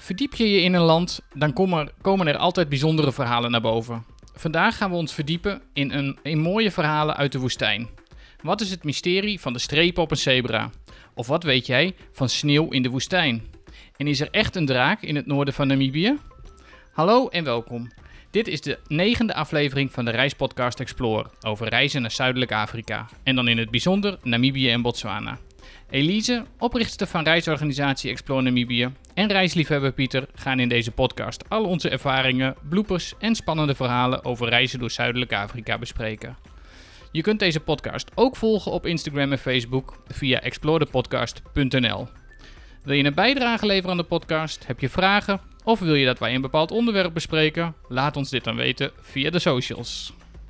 Verdiep je je in een land, dan komen er altijd bijzondere verhalen naar boven. Vandaag gaan we ons verdiepen in mooie verhalen uit de woestijn. Wat is het mysterie van de strepen op een zebra? Of wat weet jij van sneeuw in de woestijn? En is er echt een draak in het noorden van Namibië? Hallo en welkom. Dit is de 9e aflevering van de reispodcast Explore over reizen naar Zuidelijk Afrika. En dan in het bijzonder Namibië en Botswana. Elise, oprichter van reisorganisatie Explore Namibië, en reisliefhebber Pieter gaan in deze podcast al onze ervaringen, bloopers en spannende verhalen over reizen door Zuidelijk Afrika bespreken. Je kunt deze podcast ook volgen op Instagram en Facebook via explorethepodcast.nl. Wil je een bijdrage leveren aan de podcast? Heb je vragen? Of wil je dat wij een bepaald onderwerp bespreken? Laat ons dit dan weten via de socials.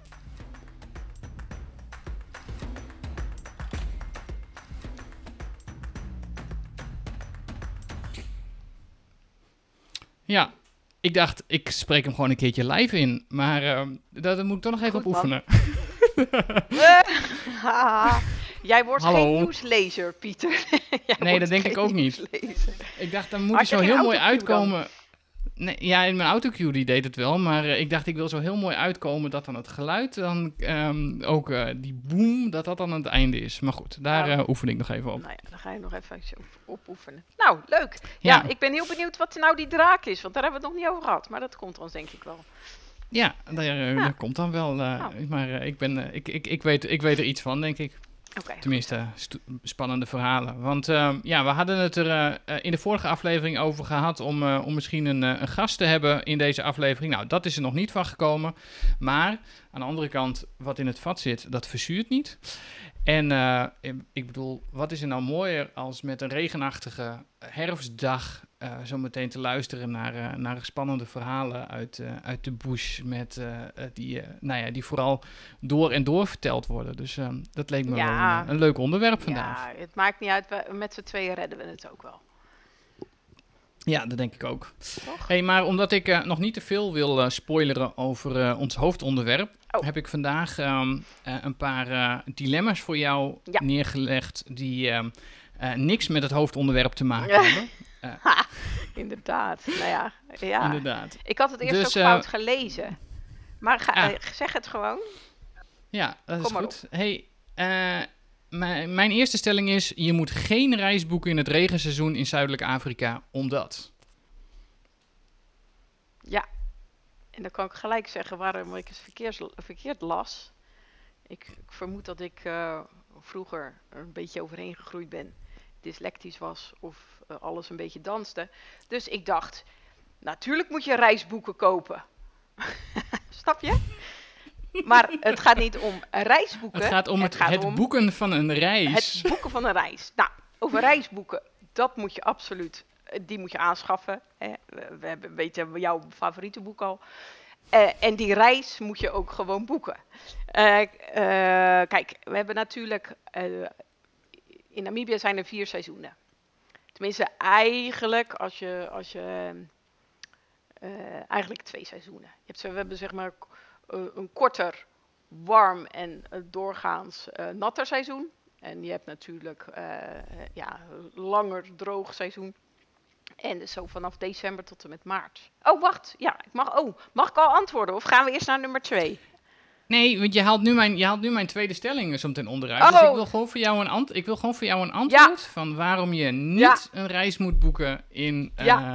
Ja, ik dacht, ik spreek hem gewoon een keertje live in. Maar daar moet ik toch nog even Goed, op oefenen. Jij wordt Hallo. geen nieuwslezer, Pieter. Nee, dat denk ik ook niet. Ik dacht, dan moet hij Had je zo geen heel mooi autocue dan? uitkomen. Nee, ja, in mijn autocue die deed het wel. Maar ik dacht, ik wil zo heel mooi uitkomen dat dan het geluid, dan ook die boom, dat dan aan het einde is. Maar goed, daar oefen ik nog even op. Nou ja, dan ga je nog even op oefenen. Nou, leuk. Ja, ik ben heel benieuwd wat nou die draak is, want daar hebben we het nog niet over gehad. Maar dat komt dan denk ik wel. Ja, daar komt dan wel. Maar ik weet er iets van, denk ik. Oké. Tenminste, spannende verhalen. Want we hadden het er in de vorige aflevering over gehad om misschien een gast te hebben in deze aflevering. Nou, dat is er nog niet van gekomen. Maar aan de andere kant, wat in het vat zit, dat verzuurt niet. En ik bedoel, wat is er nou mooier als met een regenachtige herfstdag zo meteen te luisteren naar spannende verhalen uit de bush die vooral door en door verteld worden. Dus dat leek me wel een leuk onderwerp vandaag. Ja, het maakt niet uit. Met z'n tweeën redden we het ook wel. Ja, dat denk ik ook. Toch? Hey, maar omdat ik nog niet te veel wil spoileren over ons hoofdonderwerp, heb ik vandaag een paar dilemma's voor jou neergelegd die niks met het hoofdonderwerp te maken hebben. Inderdaad. Nou ja. Inderdaad. Ik had het eerst Dus, ook fout gelezen. Maar zeg het gewoon. Ja, dat Kom is maar goed. Hey, mijn eerste stelling is, je moet geen reis boeken in het regenseizoen in Zuidelijk Afrika, omdat... Ja, en dan kan ik gelijk zeggen waarom ik het verkeerd las. Ik vermoed dat ik vroeger er een beetje overheen gegroeid ben, dyslectisch was of alles een beetje danste. Dus ik dacht, natuurlijk moet je reisboeken kopen. Snap je? Maar het gaat niet om reisboeken. Het gaat om het boeken van een reis. Het boeken van een reis. Nou, over reisboeken, dat moet je absoluut, die moet je aanschaffen. We weten jouw favoriete boek al. En die reis moet je ook gewoon boeken. Kijk, we hebben natuurlijk, in Namibië zijn er 4 seizoenen. Tenminste, eigenlijk, eigenlijk 2 seizoenen. We hebben zeg maar een korter, warm en doorgaans natter seizoen. En je hebt natuurlijk langer droog seizoen. En dus zo vanaf december tot en met maart. Oh, wacht. Ja, mag ik al antwoorden? Of gaan we eerst naar nummer 2? Nee, want je haalt nu mijn tweede stelling zo meteen onderuit. Oh. Dus ik wil gewoon voor jou een antwoord van waarom je niet een reis moet boeken in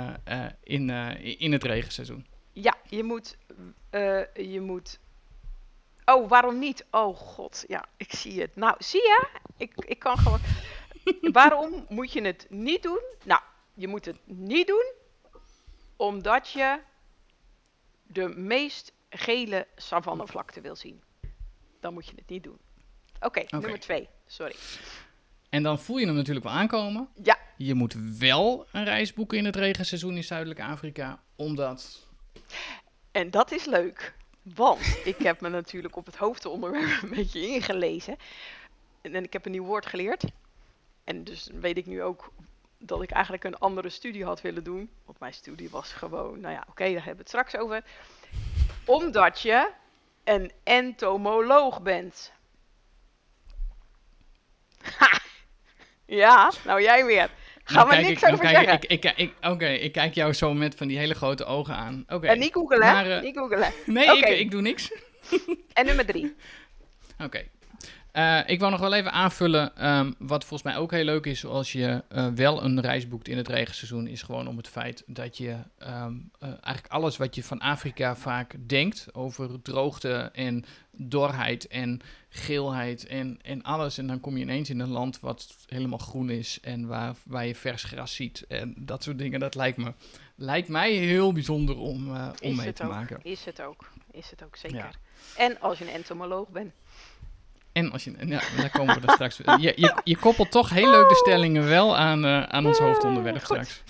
het regenseizoen. Ja, je moet... Oh, waarom niet? Oh god, ja, ik zie het. Nou, zie je? Ik kan gewoon... Waarom moet je het niet doen? Nou, je moet het niet doen omdat je de meest gele savannevlakte wil zien. Dan moet je het niet doen. Oké. Nummer 2. Sorry. En dan voel je hem natuurlijk wel aankomen. Ja. Je moet wel een reis boeken in het regenseizoen in Zuidelijk Afrika, omdat... En dat is leuk. Want ik heb me natuurlijk op het hoofdonderwerp een beetje ingelezen. En ik heb een nieuw woord geleerd. En dus weet ik nu ook dat ik eigenlijk een andere studie had willen doen. Want mijn studie was gewoon, daar hebben we het straks over. Omdat je een entomoloog bent. Ha! Ja, nou jij weer. Gaan we niks over zeggen. Oké, ik kijk jou zo met van die hele grote ogen aan. Oké. En niet googelen, hè? Niet googelen. Nee, ik doe niks. En nummer 3. Oké. Ik wou nog wel even aanvullen, wat volgens mij ook heel leuk is als je wel een reis boekt in het regenseizoen, is gewoon om het feit dat je eigenlijk alles wat je van Afrika vaak denkt over droogte en dorheid en geelheid en alles. En dan kom je ineens in een land wat helemaal groen is en waar je vers gras ziet en dat soort dingen. Dat lijkt mij heel bijzonder om mee te maken. Is het ook, zeker. Ja. En als je een entomoloog bent. En als je, ja, daar komen we er straks. Je koppelt toch heel leuk de stellingen wel aan ons hoofdonderwerp straks.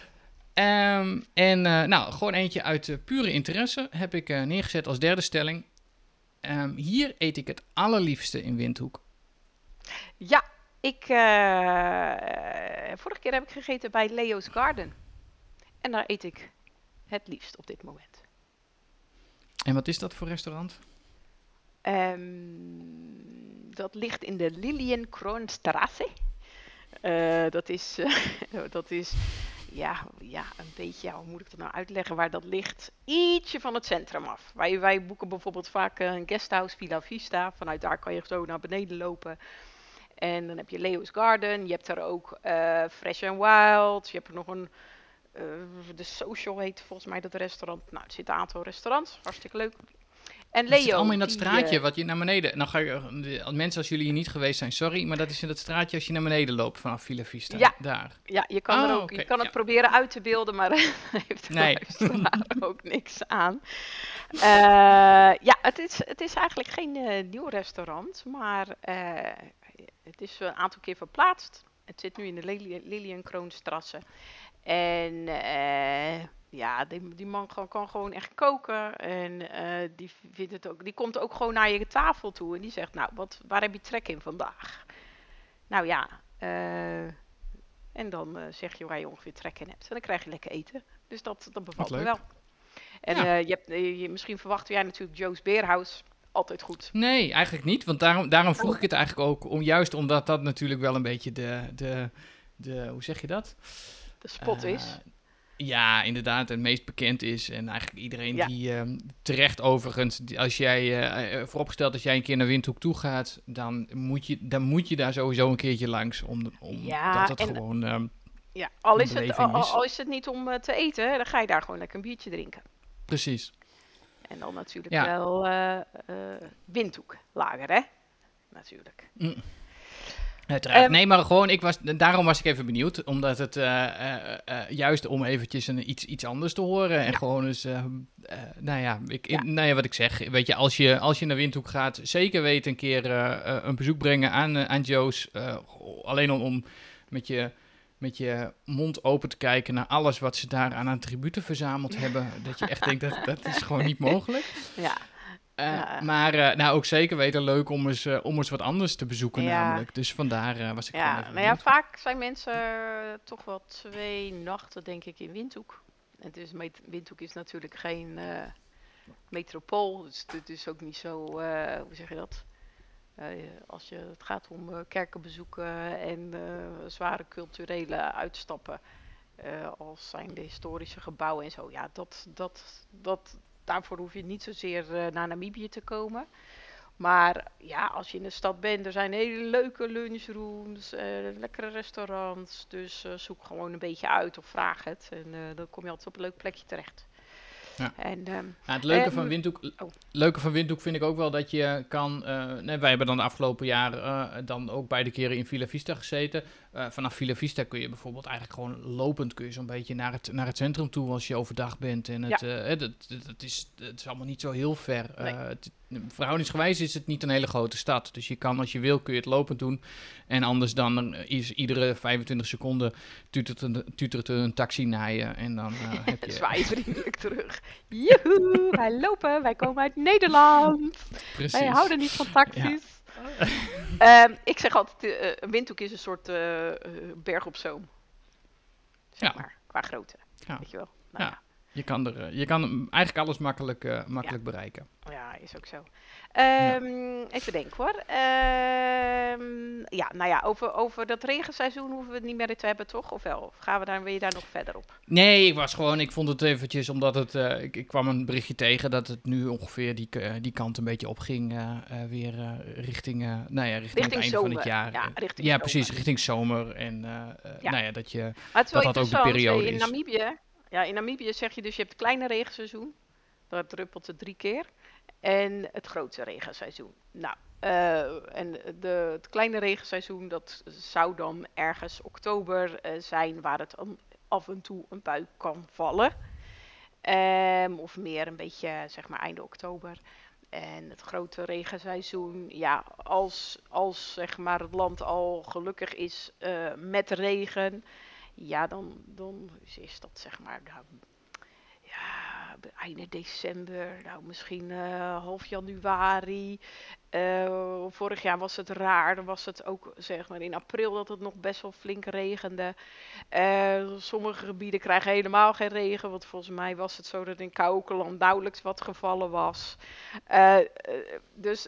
Nou, gewoon eentje uit pure interesse heb ik neergezet als derde stelling. Hier eet ik het allerliefste in Windhoek. Ja, vorige keer heb ik gegeten bij Leo's Garden. En daar eet ik het liefst op dit moment. En wat is dat voor restaurant? Dat ligt in de Lilienkroonstraße. Dat is ja, een beetje, hoe moet ik dat nou uitleggen, waar dat ligt? Ietsje van het centrum af. Wij boeken bijvoorbeeld vaak een guesthouse, Villa Vista. Vanuit daar kan je zo naar beneden lopen. En dan heb je Leo's Garden. Je hebt er ook Fresh and Wild. Je hebt er nog een... de Social heet volgens mij dat restaurant. Nou, er zitten een aantal restaurants. Hartstikke leuk. En Leo, het zit allemaal in dat straatje wat je naar beneden... Nou ga mensen als jullie hier niet geweest zijn, sorry, maar dat is in dat straatje als je naar beneden loopt vanaf Villa Vista. Ja, daar. Ja, je kan er ook, je kan het proberen uit te beelden, maar heeft er ook niks aan. Ja, het is eigenlijk geen nieuw restaurant, maar het is een aantal keer verplaatst. Het zit nu in de Lilienkroonstraße. En ja, die man kan gewoon echt koken. En die vindt het ook. Die komt ook gewoon naar je tafel toe. En die zegt, nou, waar heb je trek in vandaag? Nou ja, en dan zeg je waar je ongeveer trek in hebt. En dan krijg je lekker eten. Dus dat bevalt me wel. En ja. Misschien verwachten jij natuurlijk Joe's Beerhuis. Altijd goed. Nee, eigenlijk niet. Want daarom vroeg ik het eigenlijk ook. Juist omdat dat natuurlijk wel een beetje de hoe zeg je dat? De spot is. Ja, inderdaad, het meest bekend is. En eigenlijk iedereen die terecht overigens, als jij vooropgesteld als jij een keer naar Windhoek toe gaat, dan moet je daar sowieso een keertje langs. Omdat het gewoon ja, al is het niet om te eten, dan ga je daar gewoon lekker een biertje drinken. Precies. En dan natuurlijk wel Windhoek lager, hè? Natuurlijk. Uiteraard. Nee, maar gewoon, daarom was ik even benieuwd. Omdat het juist om eventjes iets anders te horen. En gewoon eens, wat ik zeg. Weet je, als je naar Windhoek gaat, zeker weten een keer een bezoek brengen aan Joe's. Alleen om met je mond open te kijken naar alles wat ze daar aan attributen verzameld hebben. Dat je echt denkt, dat is gewoon niet mogelijk. Ja. Maar ook zeker weten leuk om eens wat anders te bezoeken namelijk. Dus vandaar was ik gewoon even benieuwd. Vaak zijn mensen toch wel 2 nachten denk ik in Windhoek. En dus Windhoek is natuurlijk geen metropool. Dus het is ook niet zo, hoe zeg je dat? Als het gaat om kerken bezoeken en zware culturele uitstappen. Als zijn de historische gebouwen en zo. Ja, daarvoor hoef je niet zozeer naar Namibië te komen. Maar ja, als je in de stad bent, er zijn hele leuke lunchrooms, lekkere restaurants. Dus zoek gewoon een beetje uit of vraag het. En dan kom je altijd op een leuk plekje terecht. Ja. En, het leuke van Windhoek vind ik ook wel dat je kan... wij hebben dan de afgelopen jaar dan ook beide keren in Villa Vista gezeten. Vanaf Villa Vista kun je bijvoorbeeld eigenlijk gewoon lopend kun je zo'n beetje naar het centrum toe als je overdag bent. En het is allemaal niet zo heel ver. Nee. Verhoudingsgewijs is het niet een hele grote stad. Dus je kan, als je wil, kun je het lopend doen. En anders dan is iedere 25 seconden tutert een taxi naar je. En dan heb je... Zwaai vriendelijk terug. Joehoe, wij lopen, wij komen uit Nederland. Precies. Wij houden niet van taxis. Ja. Ik zeg altijd, Windhoek is een soort berg op zoom. Zeg maar, qua grootte. Ja. Weet je wel. Nou, Je kan eigenlijk alles makkelijk bereiken. Ja, is ook zo. Ja. Even denken hoor. Ja, nou ja, over dat regenseizoen hoeven we het niet meer te hebben, toch? Of wel? Of wil je daar nog verder op? Nee, ik vond het eventjes, omdat ik kwam een berichtje tegen dat het nu ongeveer die kant een beetje opging, weer richting het Richting einde zomer. van het jaar. Ja, richting Ja, zomer. precies, richting zomer. En Ja. dat Maar het is wel dat ook de interessant. periode In is. Namibië, in Namibië zeg je dus, je hebt het kleine regenseizoen. Dat druppelt het 3 keer. En het grote regenseizoen. Nou, het kleine regenseizoen, dat zou dan ergens oktober zijn, waar het af en toe een bui kan vallen. Of meer een beetje, zeg maar, einde oktober. En het grote regenseizoen, ja, als zeg maar het land al gelukkig is met regen, ja, dan is dat zeg maar, nou, ja, einde december, nou misschien half januari. Vorig jaar was het raar, dan was het ook zeg maar in april dat het nog best wel flink regende. Sommige gebieden krijgen helemaal geen regen, want volgens mij was het zo dat in Kaukeland nauwelijks wat gevallen was. Dus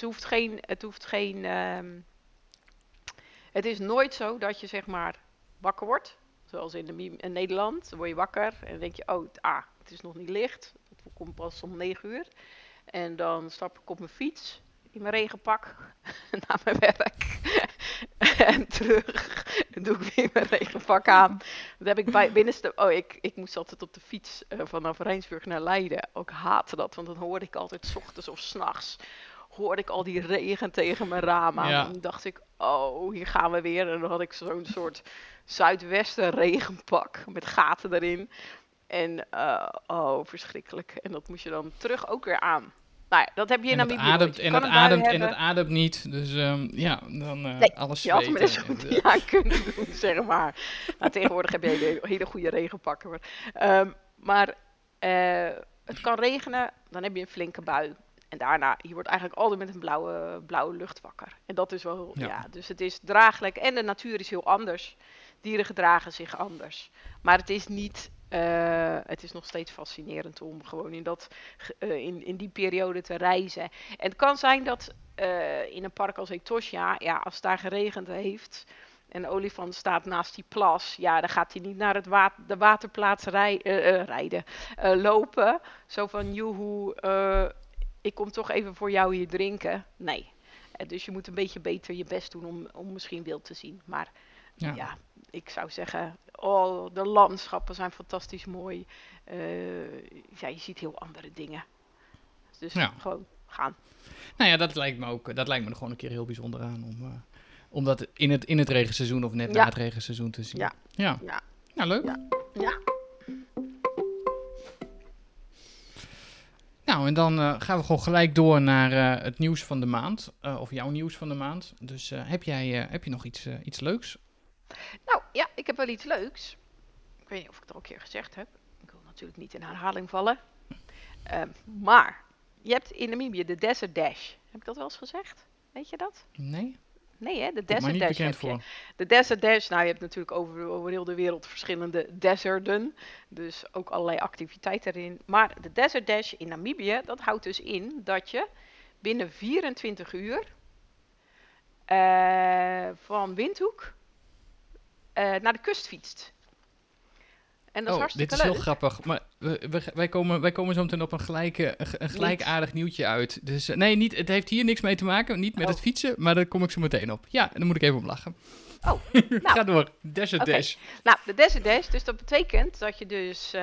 het is nooit zo dat je zeg maar wakker wordt. Zoals in Nederland, dan word je wakker en dan denk je, het is nog niet licht. Het komt pas om 9 uur. En dan stap ik op mijn fiets in mijn regenpak naar mijn werk. En terug doe ik weer mijn regenpak aan. Dat heb ik bij binnenste. Ik moest altijd op de fiets vanaf Rijnsburg naar Leiden. Ook haatte dat, want dan hoorde ik altijd 's ochtends of 's nachts hoorde ik al die regen tegen mijn raam aan. Ja. En dan dacht ik, hier gaan we weer. En dan had ik zo'n soort zuidwesten regenpak met gaten erin. En verschrikkelijk. En dat moest je dan terug ook weer aan. Nou ja, dat heb je in Namibië nooit. Het ademt niet, dus dan Nee, alles je had me er zo zweten. niet aan kunnen doen, zeg maar. Nou, tegenwoordig heb je hele goede regenpakken. Hoor. Maar het kan regenen, dan heb je een flinke bui. En daarna, je wordt eigenlijk altijd met een blauwe lucht wakker. En dat is wel, dus het is draaglijk. En de natuur is heel anders. Dieren gedragen zich anders. Maar het is niet, het is nog steeds fascinerend om gewoon in die periode te reizen. En het kan zijn dat in een park als Etosha, ja, als het daar geregend heeft en een olifant staat naast die plas, ja, dan gaat hij niet naar de waterplaats rijden, lopen. Zo van, joehoe, ik kom toch even voor jou hier drinken. Nee. Dus je moet een beetje beter je best doen om misschien wild te zien. Maar ja, ik zou zeggen, de landschappen zijn fantastisch mooi. Je ziet heel andere dingen. Dus gewoon gaan. Nou ja, dat lijkt me er gewoon een keer heel bijzonder aan om dat in het regenseizoen of net na het regenseizoen te zien. Ja. Nou, leuk. Ja. Nou, en dan gaan we gewoon gelijk door naar het nieuws van de maand. Of jouw nieuws van de maand. Dus heb je nog iets leuks? Nou, ja, ik heb wel iets leuks. Ik weet niet of ik het al een keer gezegd heb. Ik wil natuurlijk niet in herhaling vallen. Maar je hebt in Namibië de Desert Dash. Heb ik dat wel eens gezegd? Weet je dat? Nee. Nee, hè? De Desert Desert Dash bekend heb je. voor. De Desert Dash, nou, je hebt natuurlijk over heel de wereld verschillende deserten. Dus ook allerlei activiteiten erin. Maar de Desert Dash in Namibië, dat houdt dus in dat je binnen 24 uur van Windhoek naar de kust fietst. En dat is hartstikke dit is leuk. heel grappig. Maar wij komen zo meteen op een gelijkaardig nieuwtje uit. Dus nee, het heeft hier niks mee te maken. Niet met het fietsen, maar daar kom ik zo meteen op. Ja, en dan moet ik even om lachen. Ga door. Desert Dash. Nou, de Desert Dash, dus dat betekent dat je dus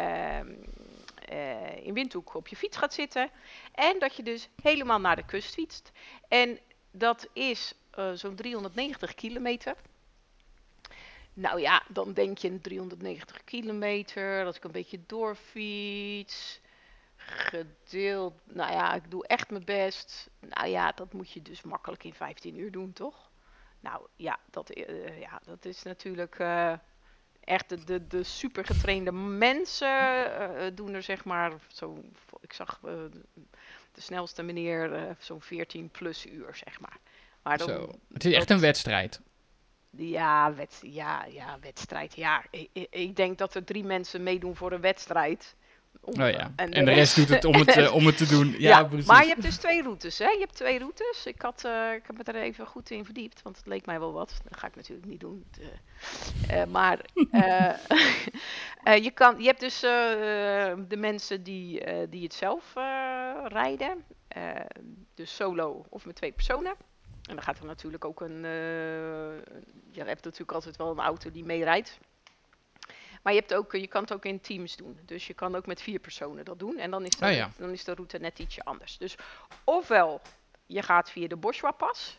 in Windhoek op je fiets gaat zitten. En dat je dus helemaal naar de kust fietst. En dat is zo'n 390 kilometer. Nou ja, dan denk je 390 kilometer, als ik een beetje doorfiets, gedeeld, nou ja, ik doe echt mijn best. Nou ja, dat moet je dus makkelijk in 15 uur doen, toch? Nou ja, dat is natuurlijk echt de super getrainde mensen doen er zeg maar, ik zag de snelste meneer zo'n 14 plus uur, zeg maar. Het is echt een wedstrijd. Wedstrijd. Ja, ik denk dat er 3 mensen meedoen voor een wedstrijd. Oh ja, En en de rest doet het om het te doen. Ja, ja, maar je precies. hebt dus 2 routes, hè? Je hebt 2 routes. Ik heb me er even goed in verdiept, want het leek mij wel wat. Dat ga ik natuurlijk niet doen. Maar je hebt dus de mensen die het zelf rijden. Dus solo of met 2 personen. En dan gaat er natuurlijk ook je hebt natuurlijk altijd wel een auto die meerijdt. Maar je kan het ook in teams doen. Dus je kan ook met 4 personen dat doen. En Oh ja, dan is de route net ietsje anders. Dus ofwel je gaat via de Boschwa-pas.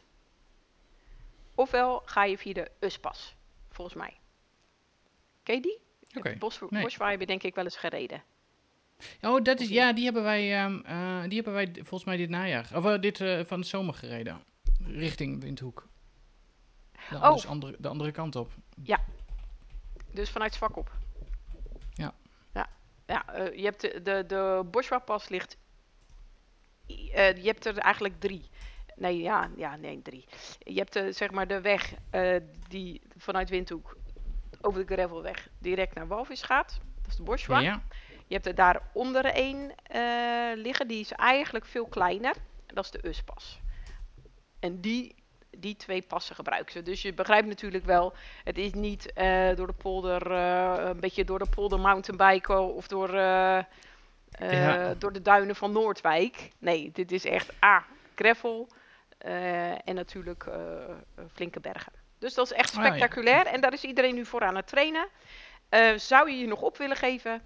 Ofwel ga je via de US-pas. Volgens mij. Ken je die? oké. Nee. Boschwa heb je denk ik wel eens gereden. Oh, dat is, Of niet? ja, die hebben wij volgens mij dit najaar, of van de zomer gereden. Richting Windhoek. Dus de andere kant op. Ja. Dus vanuit Zwakkop. Ja. Je hebt de Boschwa-pas ligt. Je hebt er eigenlijk 3. Nee, 3. Je hebt zeg maar de weg die vanuit Windhoek over de gravelweg direct naar Walvis gaat. Dat is de Boschwa. Ja. Je hebt er daaronder één liggen. Die is eigenlijk veel kleiner. Dat is de US-pas. En die 2 passen gebruiken ze. Dus je begrijpt natuurlijk wel, het is niet door de polder, een beetje door de polder mountainbiken of door de duinen van Noordwijk. Nee, dit is echt gravel en natuurlijk flinke bergen. Dus dat is echt spectaculair en daar is iedereen nu voor aan het trainen. Zou je nog op willen geven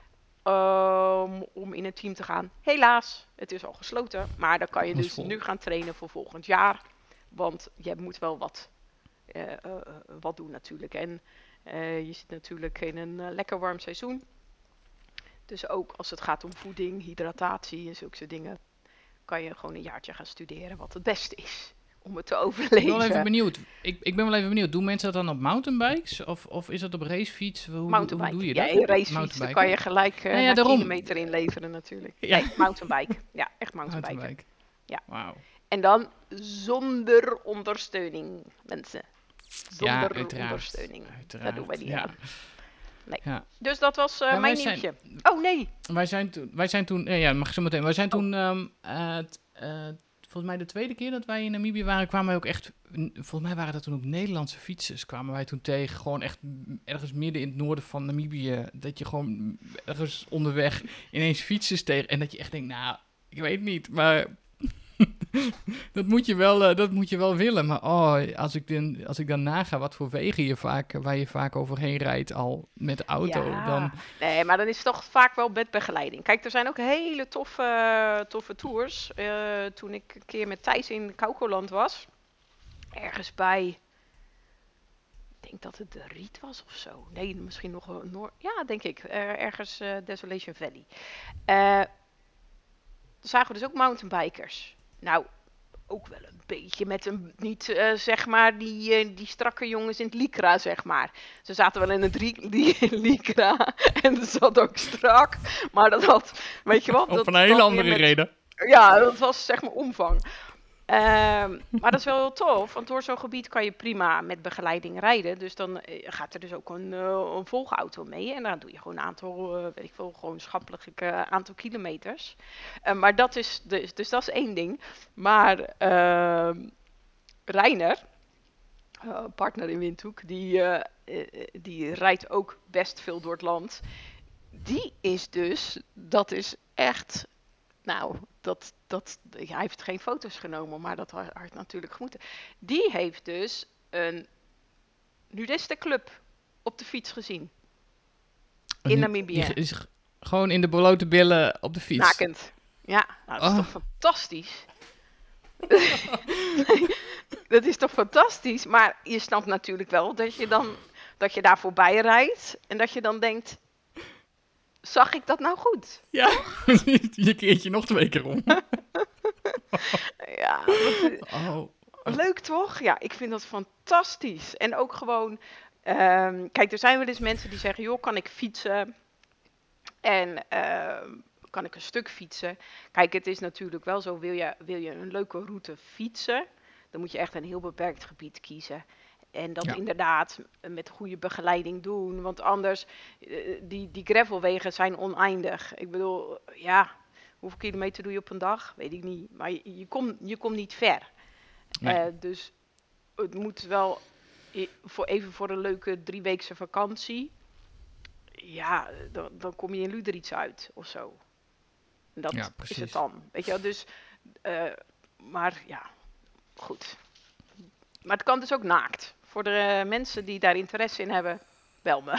om in een team te gaan? Helaas, het is al gesloten, maar dan kan je dus nu gaan trainen voor volgend jaar. Want je moet wel wat doen natuurlijk. En je zit natuurlijk in een lekker warm seizoen. Dus ook als het gaat om voeding, hydratatie en zulke dingen, kan je gewoon een jaartje gaan studeren wat het beste is om het te overleven. Ik ben wel even benieuwd. Ik ben wel even benieuwd. Doen mensen dat dan op mountainbikes? Of is dat op racefiets? Hoe doe je dat? Ja, in racefiets kan je gelijk kilometer inleveren natuurlijk. Ja. Nee, mountainbike. Ja, echt mountainbike. Ja. Wauw. En dan zonder ondersteuning, mensen. Zonder ondersteuning. Uiteraard. Dat doen wij niet aan. Nee. Ja. Dus dat was mijn nieuwtje. Oh nee. Wij zijn toen, mag ik zo meteen. Wij zijn toen, volgens mij de tweede keer dat wij in Namibië waren, kwamen wij ook echt, volgens mij waren dat toen ook Nederlandse fietsers, kwamen wij toen tegen, gewoon echt ergens midden in het noorden van Namibië, dat je gewoon ergens onderweg ineens fietsers tegen, en dat je echt denkt, nou, ik weet niet, maar dat moet je wel willen. Maar als ik dan naga wat voor wegen waar je vaak overheen rijdt al met de auto, dan... Nee, maar dan is het toch vaak wel met begeleiding. Kijk, er zijn ook hele toffe tours. Toen ik een keer met Thijs in Kaukoland was, ergens bij, ik denk dat het de Riet was of zo. Nee, misschien nog een ja, denk ik. Ergens Desolation Valley. Zagen we dus ook mountainbikers. Nou, ook wel een beetje met niet zeg maar die strakke jongens in het Lycra, zeg maar. Ze zaten wel in het Lycra en dat zat ook strak, maar dat had, weet je wat? Op een hele andere reden. Ja, dat was zeg maar omvang. Maar dat is wel heel tof, want door zo'n gebied kan je prima met begeleiding rijden. Dus dan gaat er dus ook een volgauto mee. En dan doe je gewoon een aantal, weet ik veel, gewoon schappelijk aantal kilometers. Maar dat is, dus dat is één ding. Maar Reiner, partner in Windhoek, die rijdt ook best veel door het land. Dat is echt... Nou, hij heeft geen foto's genomen, maar dat had natuurlijk moeten. Die heeft dus een nudistenclub op de fiets gezien. In Namibië. Is gewoon in de blote billen op de fiets. Nakend. Ja, nou, dat is toch fantastisch. Dat is toch fantastisch. Maar je snapt natuurlijk wel dat je daar voorbij rijdt. En dat je dan denkt, zag ik dat nou goed? Ja, je keert je nog 2 keer om. Ja, leuk toch? Ja, ik vind dat fantastisch. En ook gewoon, kijk, er zijn wel eens mensen die zeggen, joh, kan ik fietsen? En kan ik een stuk fietsen? Kijk, het is natuurlijk wel zo, wil je een leuke route fietsen, dan moet je echt een heel beperkt gebied kiezen. En dat Ja. inderdaad met goede begeleiding doen. Want anders, die gravelwegen zijn oneindig. Ik bedoel, ja, hoeveel kilometer doe je op een dag? Weet ik niet. Maar je komt niet ver. Nee. Dus het moet wel even voor een leuke 3-weekse vakantie. Ja, dan kom je in Luderitz uit of zo. Dat Ja, is het precies. dan. Weet je wel, dus... maar ja, goed. Maar het kan dus ook naakt. Voor de mensen die daar interesse in hebben, bel me.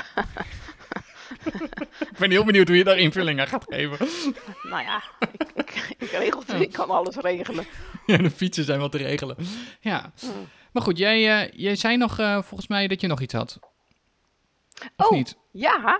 Ik ben heel benieuwd hoe je daar invulling aan gaat geven. Nou ja, ik regel het. Ik kan alles regelen. Ja, de fietsen zijn wel te regelen. Ja. Mm. Maar goed, jij zei nog volgens mij dat je nog iets had. Of niet? Ja.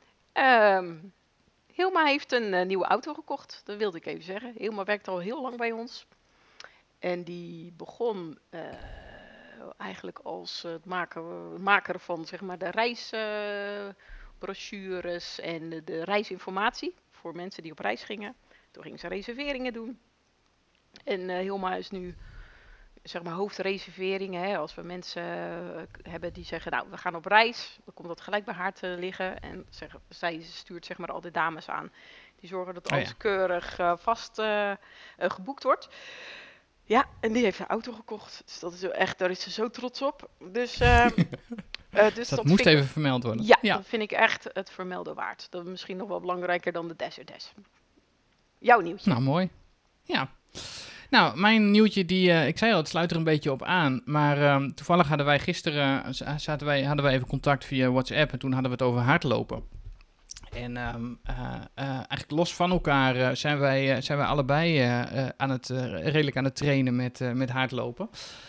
Hilma heeft een nieuwe auto gekocht. Dat wilde ik even zeggen. Hilma werkt al heel lang bij ons. En die begon eigenlijk als het maker van zeg maar, de reisbrochures en de reisinformatie voor mensen die op reis gingen. Toen ging ze reserveringen doen. En Hilma is nu zeg maar hoofdreserveringen. Hè, als we mensen hebben die zeggen, nou, we gaan op reis, dan komt dat gelijk bij haar te liggen. En zij stuurt zeg maar al de dames aan. Die zorgen dat alles keurig vast geboekt wordt. Ja, en die heeft een auto gekocht. Dus dat is echt, daar is ze zo trots op. Dus, dus dat moest even vermeld worden. Ja, dat vind ik echt het vermelden waard. Dat is misschien nog wel belangrijker dan de Desert Dash. Jouw nieuwtje. Nou, mooi. Ja. Nou, mijn nieuwtje, ik zei al, het sluit er een beetje op aan. Maar toevallig hadden wij gisteren, hadden wij even contact via WhatsApp. En toen hadden we het over hardlopen. En eigenlijk los van elkaar zijn wij allebei redelijk aan het trainen met hardlopen.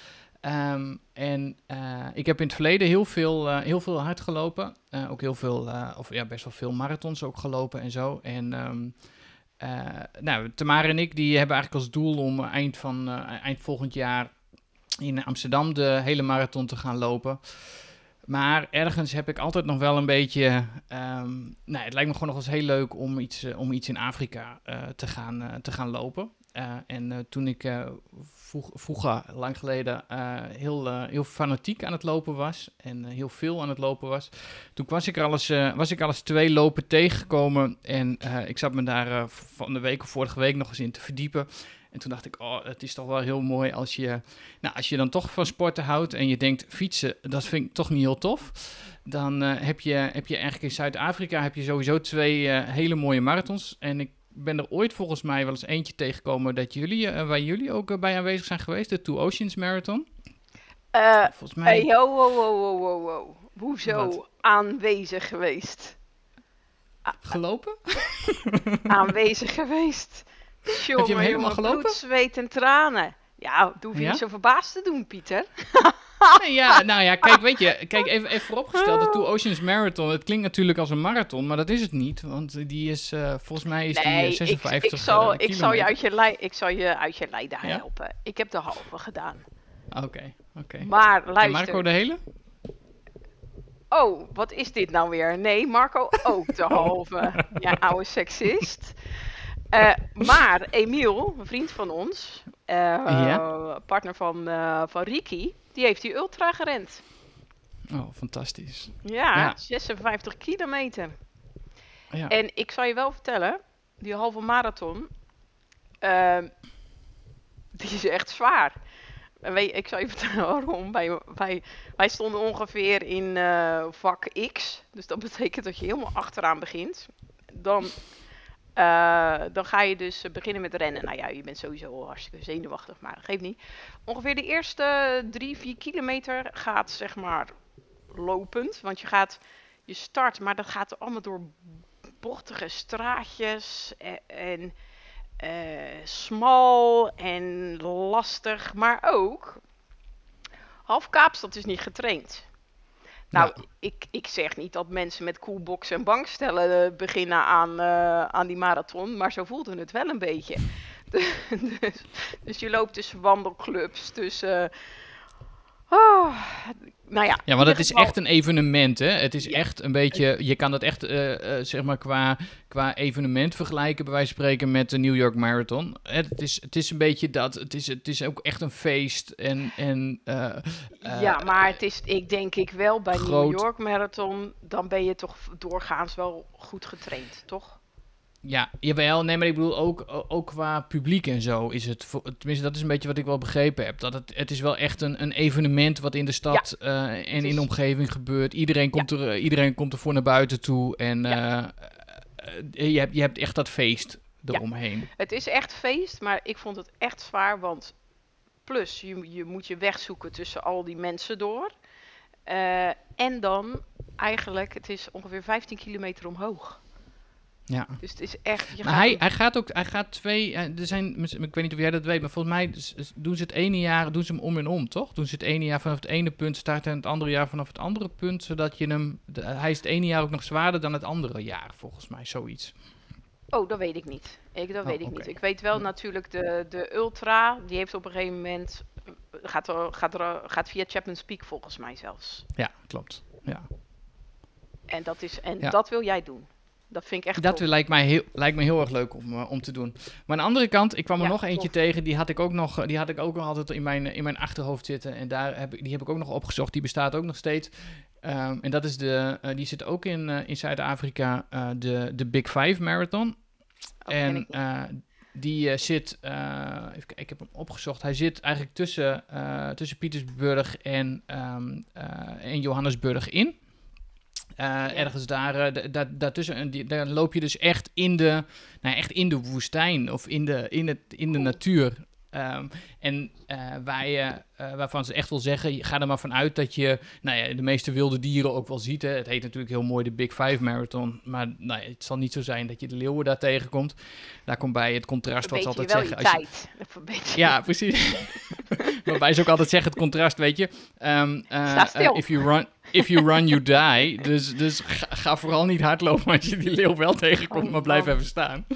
Ik heb in het verleden heel veel hard gelopen. Ook heel veel, best wel veel marathons ook gelopen en zo. En Tamara en ik die hebben eigenlijk als doel om eind volgend jaar in Amsterdam de hele marathon te gaan lopen. Maar ergens heb ik altijd nog wel een beetje... het lijkt me gewoon nog eens heel leuk om iets in Afrika te gaan lopen. Toen ik vroeger, lang geleden, heel fanatiek aan het lopen was... en heel veel aan het lopen was... toen was ik al eens 2 lopen tegengekomen... en ik zat me daar van de week of vorige week nog eens in te verdiepen... En toen dacht ik, het is toch wel heel mooi als je dan toch van sporten houdt en je denkt, fietsen, dat vind ik toch niet heel tof. Dan heb je eigenlijk in Zuid-Afrika heb je sowieso 2 hele mooie marathons. En ik ben er ooit volgens mij wel eens eentje tegengekomen waar jullie ook bij aanwezig zijn geweest, de Two Oceans Marathon. Volgens mij... Wow. Hoezo Wat? aanwezig geweest? Gelopen? Aanwezig geweest. Jongen, heb je hem helemaal gelopen? Bloed, zweet en tranen. Ja, dat hoef je niet zo verbaasd te doen, Pieter. Nee, kijk, even vooropgesteld, de Two Oceans Marathon, het klinkt natuurlijk als een marathon, maar dat is het niet, want die is, volgens mij is die 56 ik zal je uit je lijden helpen. Ik heb de halve gedaan. Oké. Maar luister. En Marco de hele? Oh, wat is dit nou weer? Nee, Marco ook de halve. Ja, oude seksist. Maar Emiel, een vriend van ons, partner van Ricky, die heeft die ultra gerend. Oh, fantastisch. Ja. 56 kilometer. Ja. En ik zal je wel vertellen, die halve marathon, die is echt zwaar. Ik zal je vertellen waarom. Wij stonden ongeveer in vak X, dus dat betekent dat je helemaal achteraan begint. Dan ga je dus beginnen met rennen. Nou ja, je bent sowieso al hartstikke zenuwachtig, maar dat geeft niet. Ongeveer de eerste 3-4 kilometer gaat zeg maar lopend. Want je start, maar dat gaat allemaal door bochtige straatjes en smal en lastig. Maar ook, half Kaapstad is niet getraind. Nou, ik zeg niet dat mensen met coolboxen en bankstellen beginnen aan die marathon, maar zo voelde het wel een beetje. Dus je loopt tussen wandelclubs, tussen Nou ja, Ja, in want het ieder is geval- echt een evenement, hè? Het is Ja. echt een beetje... Je kan dat echt, zeg maar, qua evenement vergelijken, bij wijze van spreken, met de New York Marathon. Het is een beetje dat. Het is ook echt een feest. Ja, maar het is, ik wel bij New groot. York Marathon, dan ben je toch doorgaans wel goed getraind, toch? Ja, jawel. Nee, maar ik bedoel ook qua publiek en zo is het... Tenminste, dat is een beetje wat ik wel begrepen heb. Dat het is wel echt een evenement wat in de stad en in is- de omgeving gebeurt. Iedereen komt er voor naar buiten toe. En je hebt echt dat feest eromheen. Het is echt feest, maar ik vond het echt zwaar, want plus je moet je weg zoeken tussen al die mensen door. En dan eigenlijk, het is ongeveer 15 kilometer omhoog. Ja. Dus het is echt... Maar hij gaat twee... Er zijn, ik weet niet of jij dat weet, maar volgens mij doen ze het ene jaar doen ze hem om en om, toch? Doen ze het ene jaar vanaf het ene punt starten en het andere jaar vanaf het andere punt, zodat je hem... Hij is het ene jaar ook nog zwaarder dan het andere jaar, volgens mij, zoiets. Oh, dat weet ik niet. Dat weet ik oké. niet. Ik weet wel natuurlijk de Ultra, die heeft op een gegeven moment... Gaat via Chapman's Peak volgens mij zelfs. Ja, klopt. Ja. En Ja. dat wil jij doen. Dat vind ik echt Dat tof. lijkt me heel erg leuk om te doen. Maar aan de andere kant, ik kwam er nog eentje tof. tegen. Die had ik ook nog altijd in mijn achterhoofd zitten. En die heb ik ook nog opgezocht. Die bestaat ook nog steeds. En dat is die zit ook in Zuid-Afrika. De Big Five Marathon. ken ik En die zit... even kijken, ik heb hem opgezocht. Hij zit eigenlijk tussen Pietersburg en Johannesburg in. Ergens daartussen. En daar loop je dus echt in de woestijn of in de natuur. Waarvan ze echt wel zeggen, ga er maar vanuit dat je de meeste wilde dieren ook wel ziet. Hè. Het heet natuurlijk heel mooi de Big Five Marathon. Maar het zal niet zo zijn dat je de leeuwen daar tegenkomt. Daar komt bij het contrast wat ze altijd zeggen. Ja, precies. Waarbij ze ook altijd zeggen, het contrast, weet je. Sta stil. If you run, you die. Dus ga vooral niet hardlopen als je die leeuw wel tegenkomt, maar blijf even staan.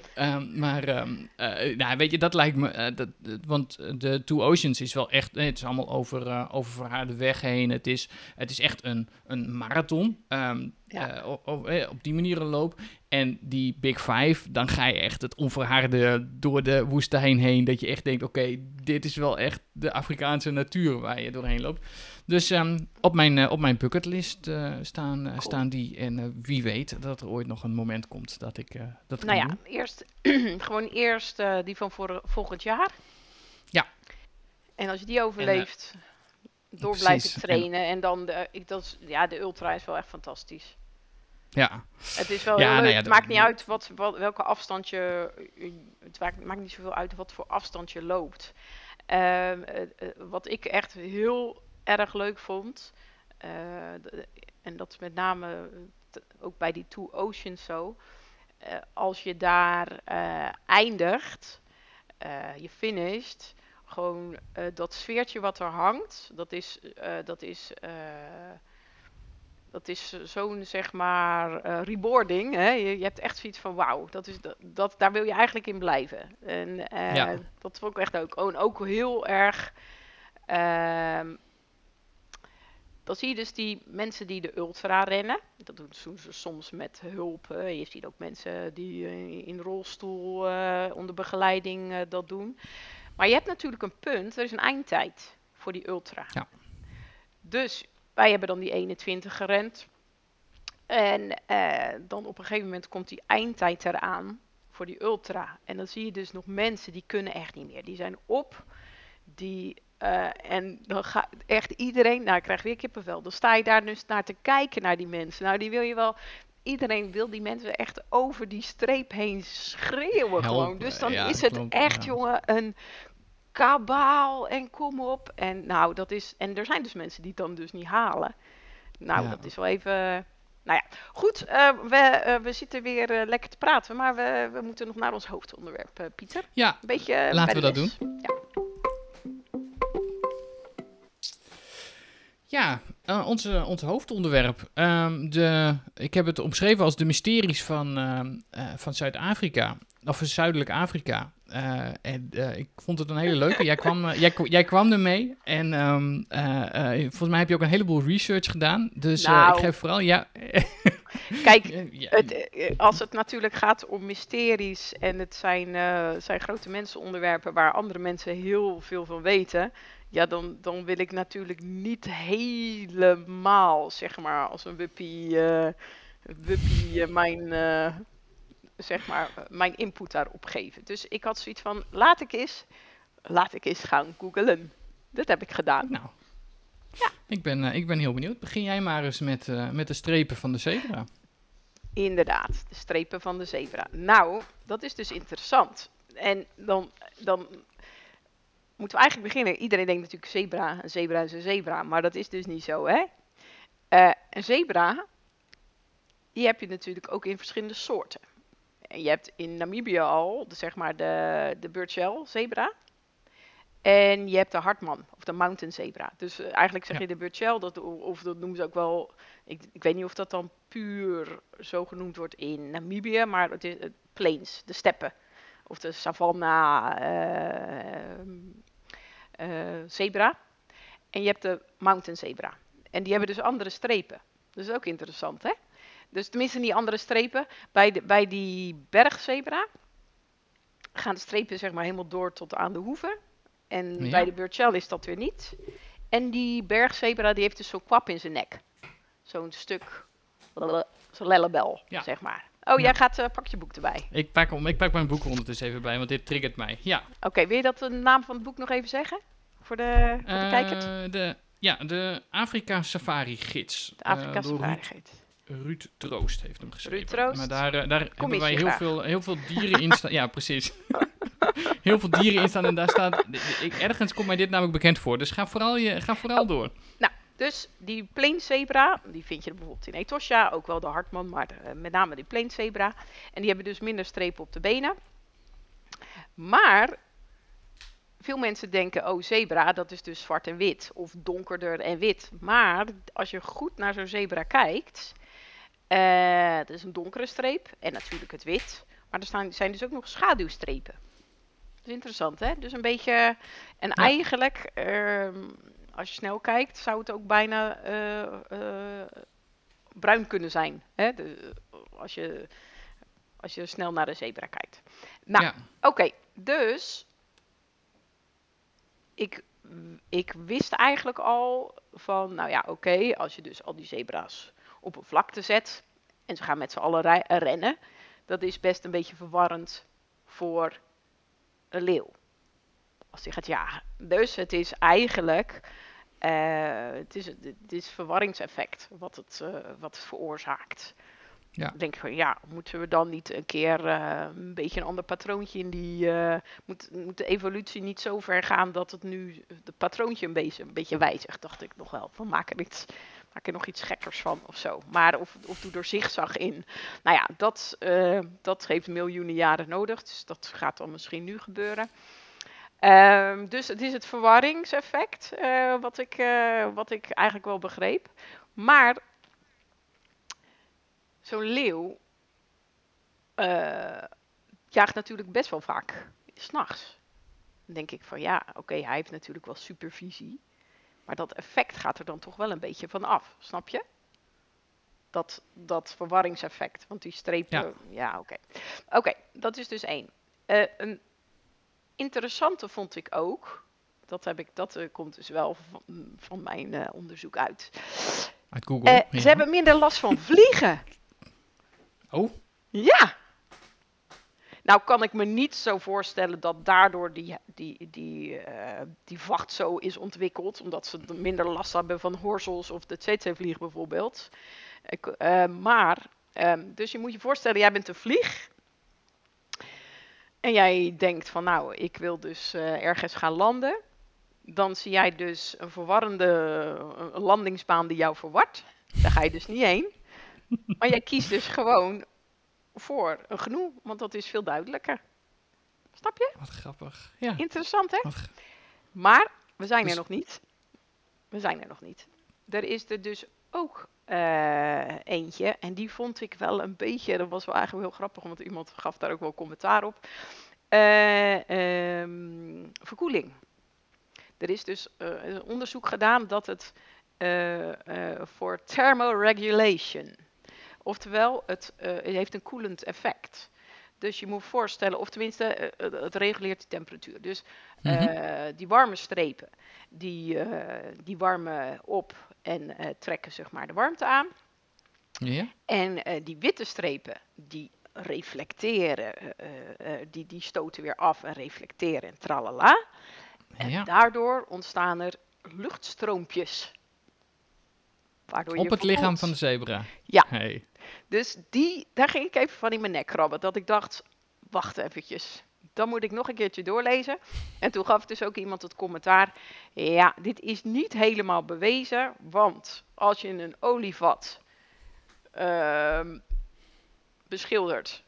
Weet je, dat lijkt me... want de Two Oceans is wel echt... Het is allemaal over verharde weg heen. Het is echt een marathon. Op die manier een loop. En die Big Five, dan ga je echt het onverharde door de woestijn heen. Dat je echt denkt, oké, dit is wel echt de Afrikaanse natuur waar je doorheen loopt. Dus op mijn bucketlist staan die. En wie weet dat er ooit nog een moment komt dat ik dat kan doen. Eerst die van volgend jaar. Ja. En als je die overleeft, door blijven trainen. En dan de Ultra is wel echt fantastisch. Ja. Het is wel heel leuk. Het maakt niet uit welke afstand het maakt niet zoveel uit wat voor afstand je loopt. Wat ik echt heel erg leuk vond, en dat is met name ook bij die Two Oceans zo, als je daar eindigt, je finisht, gewoon dat sfeertje wat er hangt, dat is zo'n, zeg maar, rewarding. Hè? Je hebt echt zoiets van, wauw, daar wil je eigenlijk in blijven. En dat vond ik echt ook heel erg... dan zie je dus die mensen die de ultra rennen. Dat doen ze soms met hulp. Je ziet ook mensen die in rolstoel onder begeleiding dat doen. Maar je hebt natuurlijk een punt. Er is een eindtijd voor die ultra. Ja. Dus... Wij hebben dan die 21 gerend. En dan op een gegeven moment komt die eindtijd eraan voor die ultra. En dan zie je dus nog mensen die kunnen echt niet meer. Die zijn op. En dan gaat echt iedereen... Nou, ik krijg weer kippenvel. Dan sta je daar dus naar te kijken naar die mensen. Nou, die wil je wel... Iedereen wil die mensen echt over die streep heen schreeuwen gewoon. Dus dan is het echt, jongen, een... kabaal en kom op. En nou, en er zijn dus mensen die het dan dus niet halen. Nou, dat is wel even... Nou ja, goed. We zitten weer lekker te praten, maar we moeten nog naar ons hoofdonderwerp, Pieter. Ja, een beetje laten we dat doen. Ja, ons hoofdonderwerp. Ik heb het omschreven als de mysteries van Zuid-Afrika. of Zuidelijk Afrika. Ik vond het een hele leuke. Jij kwam ermee en volgens mij heb je ook een heleboel research gedaan. Dus Nou. ik geef vooral... Ja, Kijk, als het natuurlijk gaat om mysteries en het zijn grote mensenonderwerpen waar andere mensen heel veel van weten, ja, dan wil ik natuurlijk niet helemaal, zeg maar, als een wuppie mijn input daarop geven. Dus ik had zoiets van, laat ik eens gaan googlen. Dat heb ik gedaan. nou, Ja. Ik ben heel benieuwd. Begin jij maar eens met de strepen van de zebra. Inderdaad, de strepen van de zebra. Nou, dat is dus interessant. En dan moeten we eigenlijk beginnen. Iedereen denkt natuurlijk een zebra is een zebra, maar dat is dus niet zo, hè? Een zebra, die heb je natuurlijk ook in verschillende soorten. En je hebt in Namibië al, zeg maar, de Burchell zebra. En je hebt de Hartman, of de Mountain Zebra. Dus eigenlijk zeg je de Burchell, of dat noemen ze ook wel... Ik weet niet of dat dan puur zo genoemd wordt in Namibië, maar het is plains, de steppen. Of de savanna zebra. En je hebt de Mountain Zebra. En die hebben dus andere strepen. Dat is ook interessant, hè? Dus tenminste die andere strepen. Bij die bergzebra gaan de strepen zeg maar helemaal door tot aan de hoeven. En bij de Burchell is dat weer niet. En die bergzebra die heeft dus zo'n kwap in zijn nek. Zo'n stuk, zo'n lellebel, zeg maar. Oh, jij gaat, pak je boek erbij. Ik pak mijn boek ondertussen even bij, want dit triggert mij. Ja. Oké, wil je dat de naam van het boek nog even zeggen? Voor de kijkers? De Afrika Safari Gids. De Afrika Safari Gids. Ruud Troost heeft hem geschreven. Ruud Troost. Maar daar hebben wij heel veel dieren in staan. Ja, precies. Heel veel dieren in staan en daar staat... Ergens komt mij dit namelijk bekend voor. Dus ga vooral door. Nou, dus die plainzebra, die vind je bijvoorbeeld in Etosha, ook wel de Hartman, maar met name die plainzebra. En die hebben dus minder strepen op de benen. Maar veel mensen denken, oh zebra, dat is dus zwart en wit. Of donkerder en wit. Maar als je goed naar zo'n zebra kijkt, het is een donkere streep en natuurlijk het wit. Maar er zijn dus ook nog schaduwstrepen. Dat is interessant, hè? Dus een beetje... En eigenlijk, als je snel kijkt, zou het ook bijna bruin kunnen zijn. Hè? Als je snel naar de zebra kijkt. Nou, oké. Dus ik wist eigenlijk al van, nou ja, oké, als je dus al die zebra's op een vlakte zet en ze gaan met z'n allen rennen, dat is best een beetje verwarrend voor een leeuw. Als die gaat jagen. Dus het is eigenlijk, het is verwarringseffect wat het veroorzaakt. Ja. Dan denk ik van, ja, moeten we dan niet een keer een beetje een ander patroontje in die... Moet de evolutie niet zo ver gaan dat het nu het patroontje een beetje wijzigt, dacht ik nog wel. Van maak er nog iets gekkers van of zo. Maar of doe er zigzag in. Nou ja, dat heeft miljoenen jaren nodig. Dus dat gaat dan misschien nu gebeuren. Dus het is het verwarringseffect wat ik eigenlijk wel begreep. Maar zo'n leeuw jaagt natuurlijk best wel vaak 's nachts. Dan denk ik van ja, oké, hij heeft natuurlijk wel supervisie. Maar dat effect gaat er dan toch wel een beetje van af, snap je? Dat verwarringseffect. Want die strepen, ja oké. Oké, dat is dus 1. Een interessante vond ik ook. Dat komt dus wel van mijn onderzoek uit. Uit Google? Ze hebben minder last van vliegen. Oh? Ja. Nou kan ik me niet zo voorstellen dat daardoor die vacht zo is ontwikkeld. Omdat ze minder last hebben van horzels of de tsetse-vlieg bijvoorbeeld. Dus je moet je voorstellen, jij bent een vlieg. En jij denkt van nou, ik wil dus ergens gaan landen. Dan zie jij dus een verwarrende landingsbaan die jou verwart. Daar ga je dus niet heen. Maar jij kiest dus gewoon voor een gnu, want dat is veel duidelijker. Snap je? Wat grappig. Ja. Interessant, hè? Maar we zijn er nog niet. Er is er dus ook eentje. En die vond ik wel een beetje, dat was wel eigenlijk heel grappig, want iemand gaf daar ook wel commentaar op. Verkoeling. Er is dus een onderzoek gedaan dat het voor thermoregulation. Oftewel, het heeft een koelend effect. Dus je moet voorstellen, of tenminste, het reguleert de temperatuur. Dus die warme strepen, die warmen op en trekken zeg maar de warmte aan. Ja. En die witte strepen, die reflecteren, die stoten weer af en reflecteren en tralala. En daardoor ontstaan er luchtstroompjes. Waardoor op je het verkoelt. lichaam van de zebra? Ja. Hey. Dus daar ging ik even van in mijn nek krabben. Dat ik dacht, wacht eventjes. Dan moet ik nog een keertje doorlezen. En toen gaf dus ook iemand het commentaar. Ja, dit is niet helemaal bewezen. Want als je een olievat beschildert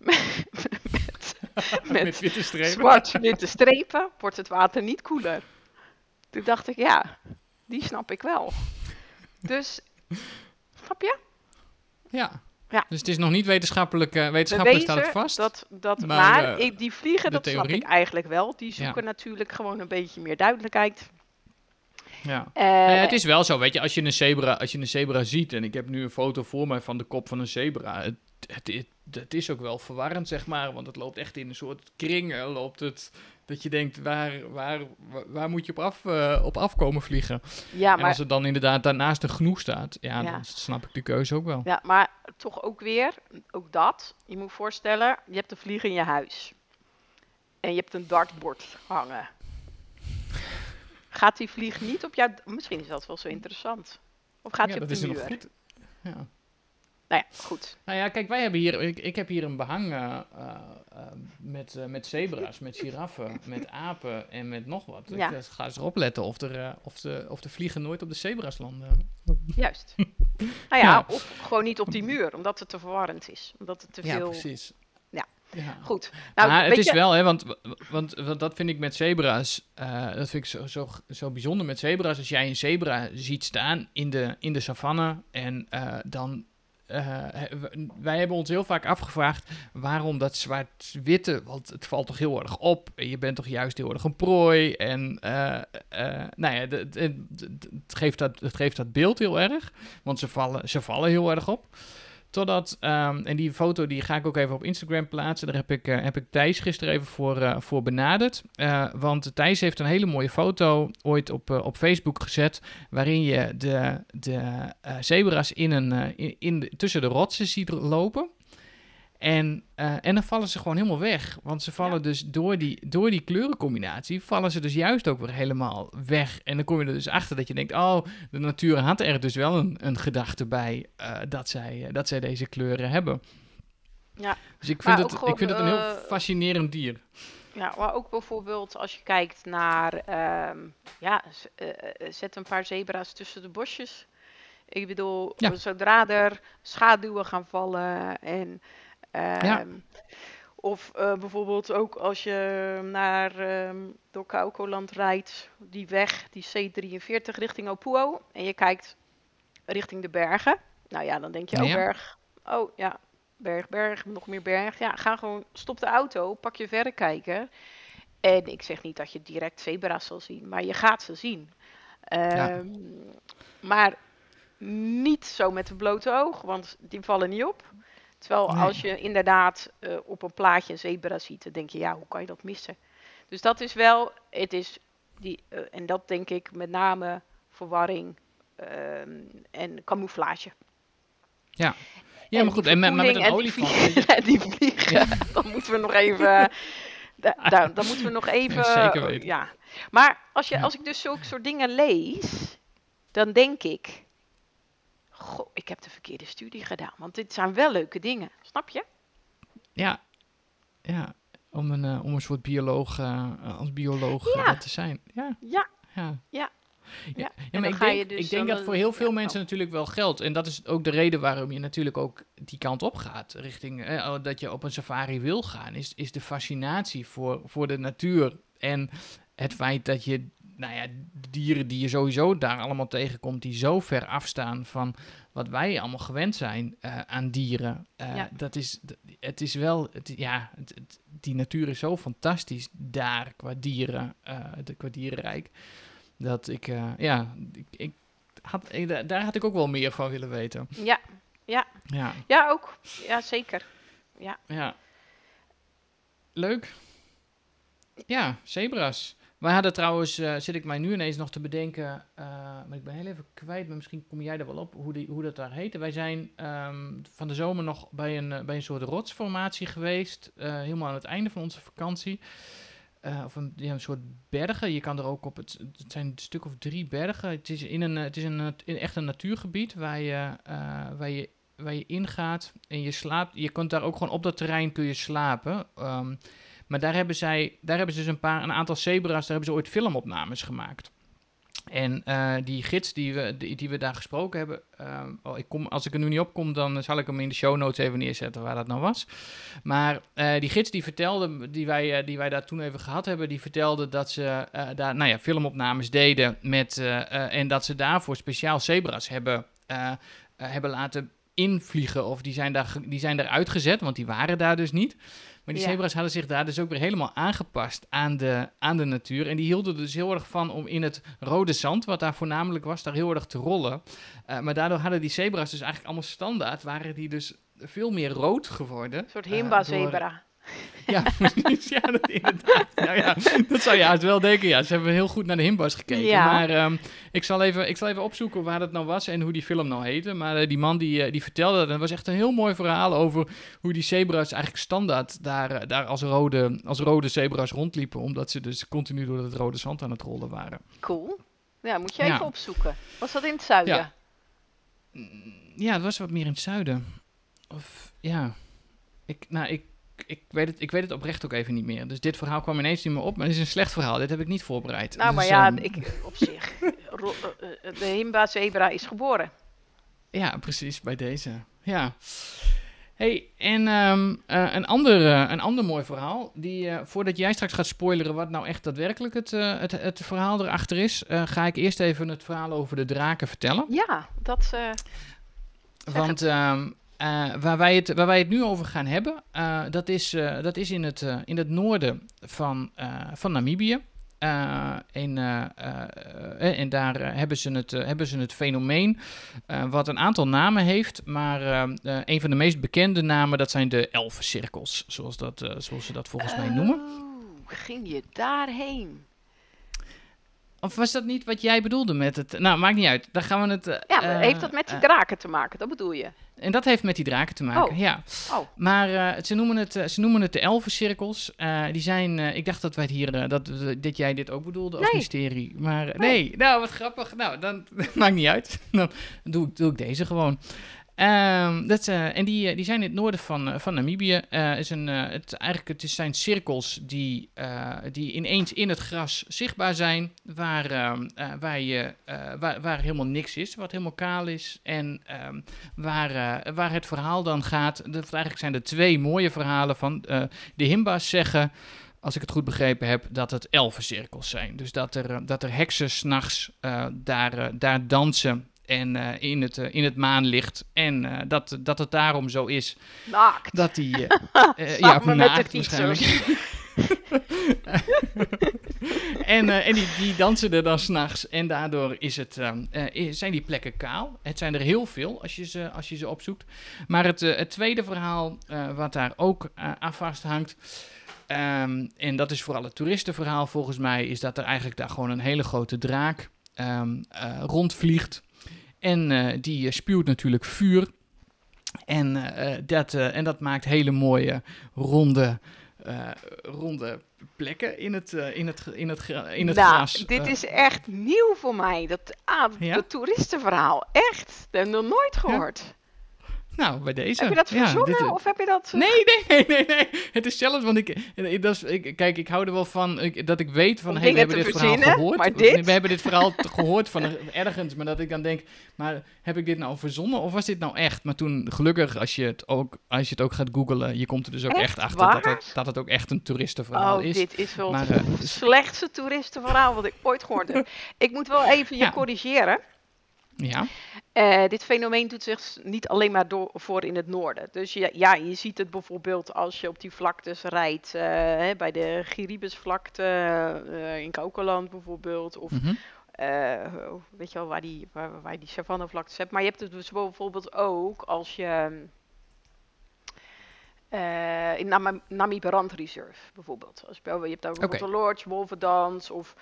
met witte strepen. zwart-witte strepen, wordt het water niet koeler. Toen dacht ik, ja, die snap ik wel. Dus, snap je? Ja. Ja. Dus het is nog niet wetenschappelijk staat het vast. Maar die vliegen, dat theorie. snap ik eigenlijk wel. Die zoeken natuurlijk gewoon een beetje meer duidelijkheid. Ja. Het is wel zo, weet je, als je een zebra ziet, en ik heb nu een foto voor mij van de kop van een zebra, het is ook wel verwarrend, zeg maar, want het loopt echt in een soort kring, loopt het, dat je denkt, waar moet je op afkomen vliegen? Ja, en als het dan inderdaad daarnaast een genoeg staat, dan snap ik de keuze ook wel. Ja, maar toch ook weer, je moet voorstellen, je hebt een vlieg in je huis. En je hebt een dartbord hangen. Gaat die vlieg niet op jou... Misschien is dat wel zo interessant. Of gaat hij op de muur? Nog goed. Ja. Nou ja, goed. Nou ja, kijk, wij hebben hier... Ik heb hier een behang met zebra's, met giraffen, met apen en met nog wat. Ja. Ik ga eens erop letten of de vliegen nooit op de zebra's landen. Juist. Nou ja, of gewoon niet op die muur, omdat het te verwarrend is. Omdat het te veel... Ja, precies. Ja, goed. Nou, maar het is wel, hè, want dat vind ik met zebra's, dat vind ik zo bijzonder met zebra's. Als jij een zebra ziet staan in de savanne en dan... wij hebben ons heel vaak afgevraagd waarom dat zwart-witte, want het valt toch heel erg op. En je bent toch juist heel erg een prooi. En nou ja, het geeft dat beeld heel erg, want ze vallen heel erg op. Totdat, en die foto die ga ik ook even op Instagram plaatsen. Daar heb ik Thijs gisteren even voor benaderd. Want Thijs heeft een hele mooie foto ooit op Facebook gezet. Waarin je de zebra's tussen de rotsen ziet lopen. En dan vallen ze gewoon helemaal weg. Want ze vallen dus door die kleurencombinatie, vallen ze dus juist ook weer helemaal weg. En dan kom je er dus achter dat je denkt, oh, de natuur had er dus wel een gedachte bij dat zij deze kleuren hebben. Ja. Dus ik vind het een heel fascinerend dier. Ja, maar ook bijvoorbeeld als je kijkt naar, zet een paar zebra's tussen de bosjes. Ik bedoel, zodra er schaduwen gaan vallen en... Of bijvoorbeeld ook als je naar door Kaukoland rijdt, die weg, die C43 richting Opuo. En je kijkt richting de bergen. Nou ja, dan denk je, berg. Oh ja, berg, nog meer berg. Ja, ga gewoon, stop de auto, pak je verrekijker. En ik zeg niet dat je direct zebra's zal zien, maar je gaat ze zien. Maar niet zo met het blote oog, want die vallen niet op. Terwijl als je inderdaad op een plaatje een zebra ziet, dan denk je, ja, hoe kan je dat missen? Dus dat is wel, en dat denk ik met name verwarring en camouflage. Ja, maar goed, en met een olifant. Die vliegen, dan moeten we nog even... Dan moeten we nog even... Zeker weten. Ja. Maar als ik dus zulke soort dingen lees, dan denk ik... Goh, ik heb de verkeerde studie gedaan. Want dit zijn wel leuke dingen. Snap je? Ja. Om een soort bioloog als bioloog dat te zijn. Ja. Maar ik denk dat voor heel veel mensen natuurlijk wel geldt. En dat is ook de reden waarom je natuurlijk ook die kant op gaat. Richting dat je op een safari wil gaan. Is de fascinatie voor de natuur. En het feit dat je nou ja, dieren die je sowieso daar allemaal tegenkomt, die zo ver afstaan van wat wij allemaal gewend zijn aan dieren. Het is wel, die natuur is zo fantastisch daar qua dieren, qua dierenrijk, dat daar had ik ook wel meer van willen weten. Ja, ook. Ja, zeker. Ja. Leuk. Ja, zebra's. Wij hadden trouwens, zit ik mij nu ineens nog te bedenken, maar ik ben heel even kwijt, maar misschien kom jij er wel op, hoe dat daar heette. Wij zijn van de zomer nog bij een soort rotsformatie geweest, helemaal aan het einde van onze vakantie. Een soort bergen. Je kan er ook op, het zijn een stuk of 3 bergen. Het is echt een natuurgebied waar je ingaat en je slaapt. Je kunt daar ook gewoon op dat terrein kun je slapen. Maar daar hebben ze dus een aantal zebra's, daar hebben ze ooit filmopnames gemaakt. En die gids die we daar gesproken hebben, als ik er nu niet op kom, dan zal ik hem in de show notes even neerzetten waar dat nou was. Maar die gids die vertelde, die wij daar toen even gehad hebben, die vertelde dat ze daar filmopnames deden en dat ze daarvoor speciaal zebra's hebben laten invliegen. Of die zijn daar uitgezet, want die waren daar dus niet. Maar die zebra's hadden zich daar dus ook weer helemaal aangepast aan de natuur. En die hielden er dus heel erg van om in het rode zand, wat daar voornamelijk was, daar heel erg te rollen. Maar daardoor hadden die zebra's dus eigenlijk allemaal standaard, waren die dus veel meer rood geworden. Een soort himba-zebra. Ja, precies. Ja, inderdaad. Nou ja, dat zou je haast wel denken. Ja, ze hebben heel goed naar de himbas gekeken. Ja. Maar ik zal even opzoeken waar dat nou was en hoe die film nou heette. Maar die man die vertelde dat. En het was echt een heel mooi verhaal over hoe die zebra's eigenlijk standaard daar als rode zebra's rondliepen. Omdat ze dus continu door het rode zand aan het rollen waren. Cool. Ja, moet je even opzoeken. Was dat in het zuiden? Ja, het was wat meer in het zuiden. Of, ja. Ik weet het oprecht ook even niet meer. Dus dit verhaal kwam ineens niet meer op. Maar het is een slecht verhaal. Dit heb ik niet voorbereid. Nou, dus, maar op zich. De himba-zebra is geboren. Ja, precies. Bij deze. Ja. Hey, en een ander mooi verhaal. Voordat jij straks gaat spoileren wat nou echt daadwerkelijk het verhaal erachter is, ga ik eerst even het verhaal over de draken vertellen. Ja, dat... Want... waar wij het nu over gaan hebben, dat is in het noorden van Namibië. En daar hebben ze het fenomeen wat een aantal namen heeft. Maar een van de meest bekende namen, dat zijn de elfencirkels, zoals ze dat volgens mij noemen. Ging je daarheen? Of was dat niet wat jij bedoelde met het... Nou, maakt niet uit. Dan gaan we het... maar heeft dat met die draken te maken? Dat bedoel je? En dat heeft met die draken te maken, ja. Oh. Maar ze noemen het de elfencirkels. Die zijn... ik dacht dat wij het hier... dat jij dit ook bedoelde als mysterie. Maar nee. Nou, wat grappig. Nou, dan maakt niet uit. Dan doe ik deze gewoon. En die zijn in het noorden van Namibië. Het zijn cirkels die ineens in het gras zichtbaar zijn, waar helemaal niks is, wat helemaal kaal is. En waar het verhaal dan gaat, eigenlijk zijn er 2 mooie verhalen van. De himba's zeggen, als ik het goed begrepen heb, dat het elfencirkels zijn. Dus dat er heksen 's nachts daar dansen. En in het maanlicht. En dat het daarom zo is. Naakt. Dat die... naakt waarschijnlijk. En die dansen er dan 's nachts. En daardoor zijn die plekken kaal. Het zijn er heel veel als je ze opzoekt. Maar het tweede verhaal wat daar ook aan vasthangt... en dat is vooral het toeristenverhaal volgens mij... is dat er eigenlijk daar gewoon een hele grote draak rondvliegt... En die spuwt natuurlijk vuur. En dat maakt hele mooie ronde plekken in het gras. Dit is echt nieuw voor mij. Dat toeristenverhaal. Echt. Dat heb ik nog nooit gehoord. Nou, bij deze. Heb je dat verzonnen of heb je dat... Nee. Het is zelfs, want kijk, ik hou er wel van dat ik weet van, we hebben dit verhaal gehoord. Maar we hebben dit verhaal gehoord van ergens, maar dat ik dan denk, maar heb ik dit nou verzonnen of was dit nou echt? Maar toen, gelukkig, als je het ook gaat googlen, je komt er dus ook echt achter dat het ook echt een toeristenverhaal is. Dit is wel het slechtste toeristenverhaal wat ik ooit gehoord heb. Ik moet wel even je corrigeren. Ja. Dit fenomeen doet zich niet alleen maar voor in het noorden. Dus je ziet het bijvoorbeeld als je op die vlaktes rijdt, bij de Kiribati-vlakte in Caucaland bijvoorbeeld. Of weet je wel, waar je die savannevlaktes hebt. Maar je hebt het dus bijvoorbeeld ook als je in Namiberand Reserve bijvoorbeeld. Je hebt daar bijvoorbeeld de Lords, Wolvendans of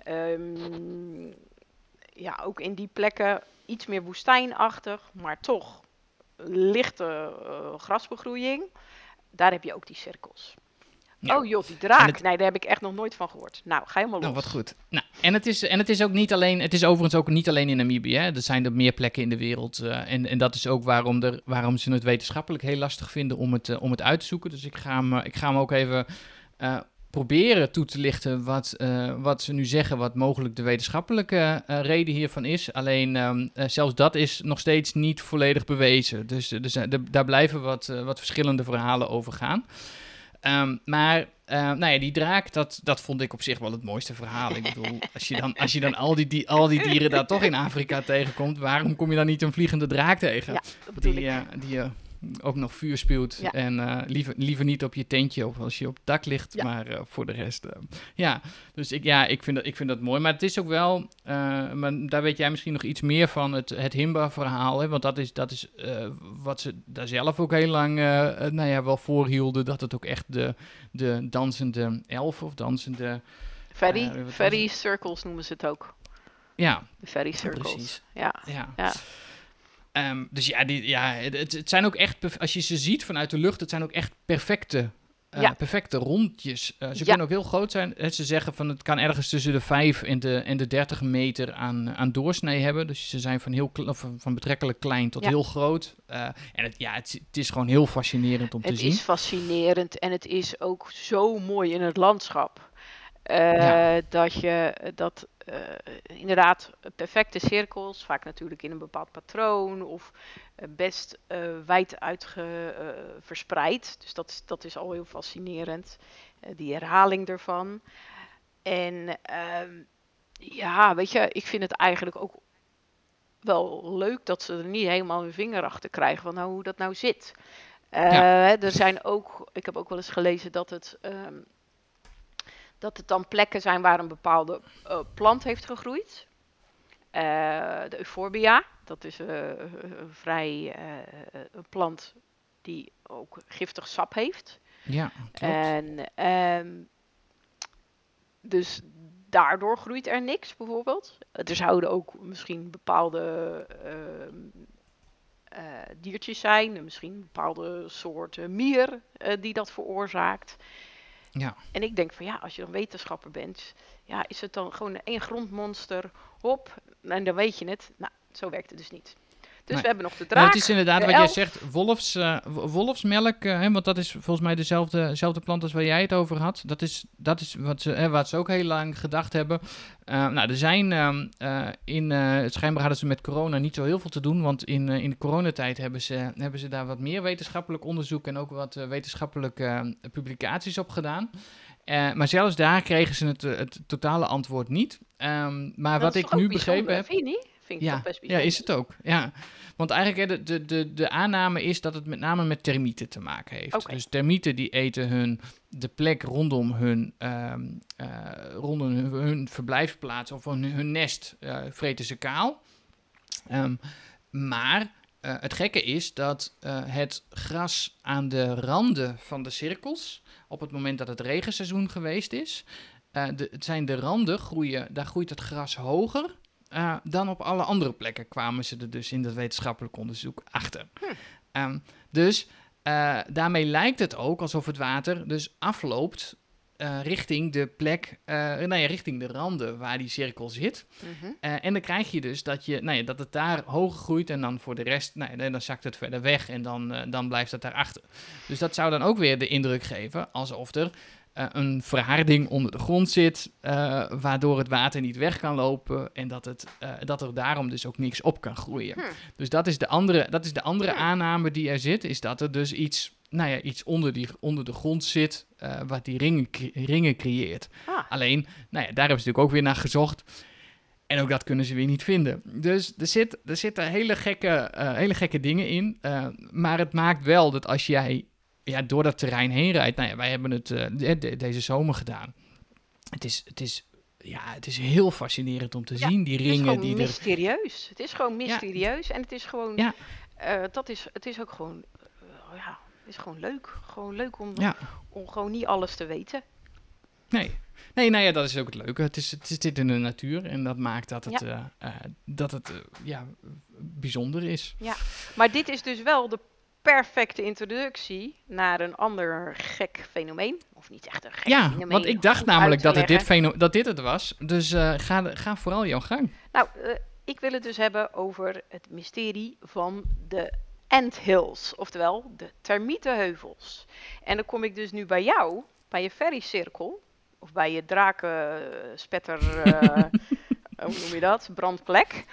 ook in die plekken iets meer woestijnachtig, maar toch lichte grasbegroeiing. Daar heb je ook die cirkels. Ja. Oh joh, die draak. Nee, daar heb ik echt nog nooit van gehoord. Nou, ga helemaal los. Nou, wat goed. Nou, en het is ook niet alleen, het is overigens ook niet alleen in Namibië. Hè. Er zijn er meer plekken in de wereld. En dat is ook waarom ze het wetenschappelijk heel lastig vinden om het uit te zoeken. Dus ik ga hem ook even proberen toe te lichten wat ze nu zeggen, wat mogelijk de wetenschappelijke reden hiervan is. Alleen zelfs dat is nog steeds niet volledig bewezen. Dus daar blijven wat verschillende verhalen over gaan. Maar die draak, dat vond ik op zich wel het mooiste verhaal. Ik bedoel, als je dan al die dieren daar toch in Afrika tegenkomt, waarom kom je dan niet een vliegende draak tegen? Ja, dat bedoel ik. Die ook nog vuur spuwt. Ja. En liever niet op je tentje of als je op het dak ligt, maar voor de rest. Dus ik vind dat mooi. Maar het is ook wel, maar daar weet jij misschien nog iets meer van, het Himba-verhaal. Hè? Want dat is wat ze daar zelf ook heel lang wel voorhielden, dat het ook echt de dansende elfen of dansende... Fairy circles noemen ze het ook. Ja. De fairy circles. Precies. Ja. Dus het zijn ook echt, als je ze ziet vanuit de lucht, het zijn ook echt perfecte rondjes. Ze kunnen ook heel groot zijn. Ze zeggen van het kan ergens tussen de 5 en de 30 meter aan doorsnee hebben. Dus ze zijn van betrekkelijk klein tot heel groot. Het is gewoon heel fascinerend om te zien. Het is fascinerend en het is ook zo mooi in het landschap. Dat inderdaad perfecte cirkels, vaak natuurlijk in een bepaald patroon of best wijd verspreid. Dus dat is al heel fascinerend, die herhaling ervan. En weet je, ik vind het eigenlijk ook wel leuk dat ze er niet helemaal hun vinger achter krijgen van hoe dat nou zit. Er zijn ook, ik heb ook wel eens gelezen dat het dan plekken zijn waar een bepaalde plant heeft gegroeid. De Euphorbia, dat is een plant die ook giftig sap heeft. Ja, klopt. En dus daardoor groeit er niks, bijvoorbeeld. Er zouden ook misschien bepaalde diertjes zijn, misschien een bepaalde soort mier die dat veroorzaakt. Ja. En ik denk van als je dan wetenschapper bent, is het dan gewoon één grondmonster, hop, en dan weet je het. Nou, zo werkt het dus niet. Dus we hebben nog de draak. Het is inderdaad wat jij zegt, wolfsmelk, want dat is volgens mij dezelfde plant als waar jij het over had. Dat is wat ze ook heel lang gedacht hebben. Er zijn schijnbaar hadden ze met corona niet zo heel veel te doen, want in de coronatijd hebben ze daar wat meer wetenschappelijk onderzoek en ook wat wetenschappelijke publicaties op gedaan. Maar zelfs daar kregen ze het totale antwoord niet. Maar wat ik nu begrepen heb... Vind ik best bijzonder. Ja, is het ook. Ja. Want eigenlijk de aanname is dat het met name met termieten te maken heeft. Okay. Dus termieten die eten de plek rondom hun verblijfplaats of hun nest vreten ze kaal. Maar het gekke is dat het gras aan de randen van de cirkels, op het moment dat het regenseizoen geweest is, zijn de randen daar groeit het gras hoger dan op alle andere plekken, kwamen ze er dus in dat wetenschappelijk onderzoek achter. Dus daarmee lijkt het ook alsof het water dus afloopt richting de plek, richting de randen waar die cirkel zit. En dan krijg je dus dat het daar hoger groeit en dan voor de rest, dan zakt het verder weg en dan blijft het daarachter. Dus dat zou dan ook weer de indruk geven alsof er een verharding onder de grond zit, waardoor het water niet weg kan lopen en dat er daarom dus ook niks op kan groeien. Dus dat is de andere aanname die er zit, is dat er dus iets onder de grond zit, wat die ringen creëert. Alleen, daar hebben ze natuurlijk ook weer naar gezocht. En ook dat kunnen ze weer niet vinden. Dus er zitten hele gekke dingen in. Maar het maakt wel dat als jij door dat terrein heen rijdt. Wij hebben het deze zomer gedaan. Het is heel fascinerend om te zien, die ringen. Het is gewoon mysterieus. Het is gewoon mysterieus. En het is gewoon... Ja. Het is ook gewoon... het is gewoon leuk. Gewoon leuk om gewoon niet alles te weten. Nee, dat is ook het leuke. Het is dit in de natuur en dat maakt dat het bijzonder is. Ja, maar dit is dus wel de perfecte introductie naar een ander gek fenomeen. Of niet echt een gek fenomeen. Ja, want ik dacht namelijk dat dit het was. Dus ga vooral jouw gang. Nou, ik wil het dus hebben over het mysterie van de Anthills. Oftewel, de termietenheuvels. En dan kom ik dus nu bij jou, bij je ferrycirkel. Of bij je drakenspetter, hoe noem je dat? Brandplek.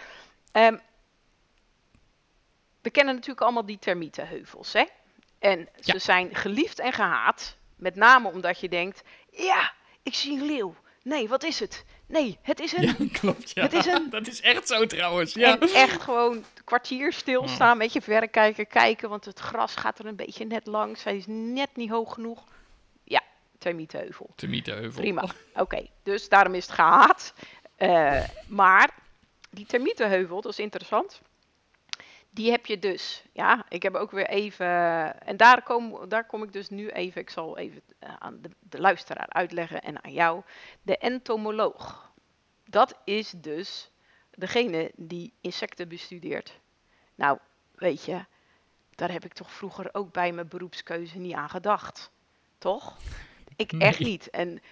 We kennen natuurlijk allemaal die termietenheuvels, hè? En ze zijn geliefd en gehaat. Met name omdat je denkt, ja, ik zie een leeuw. Nee, wat is het? Nee, het is een... Ja, klopt, ja. Het is een... Dat is echt zo trouwens, ja. En echt gewoon een kwartier stilstaan, een beetje verrekijken, kijken, want het gras gaat er een beetje net langs. Hij is net niet hoog genoeg. Ja, termietenheuvel. Prima, oké. Dus daarom is het gehaat. Maar die termietenheuvel, dat is interessant. Die heb je dus, ik heb ook weer even, en daar kom ik dus nu even, ik zal even aan de luisteraar uitleggen en aan jou, de entomoloog. Dat is dus degene die insecten bestudeert. Nou, weet je, daar heb ik toch vroeger ook bij mijn beroepskeuze niet aan gedacht. Toch? Ik echt niet. En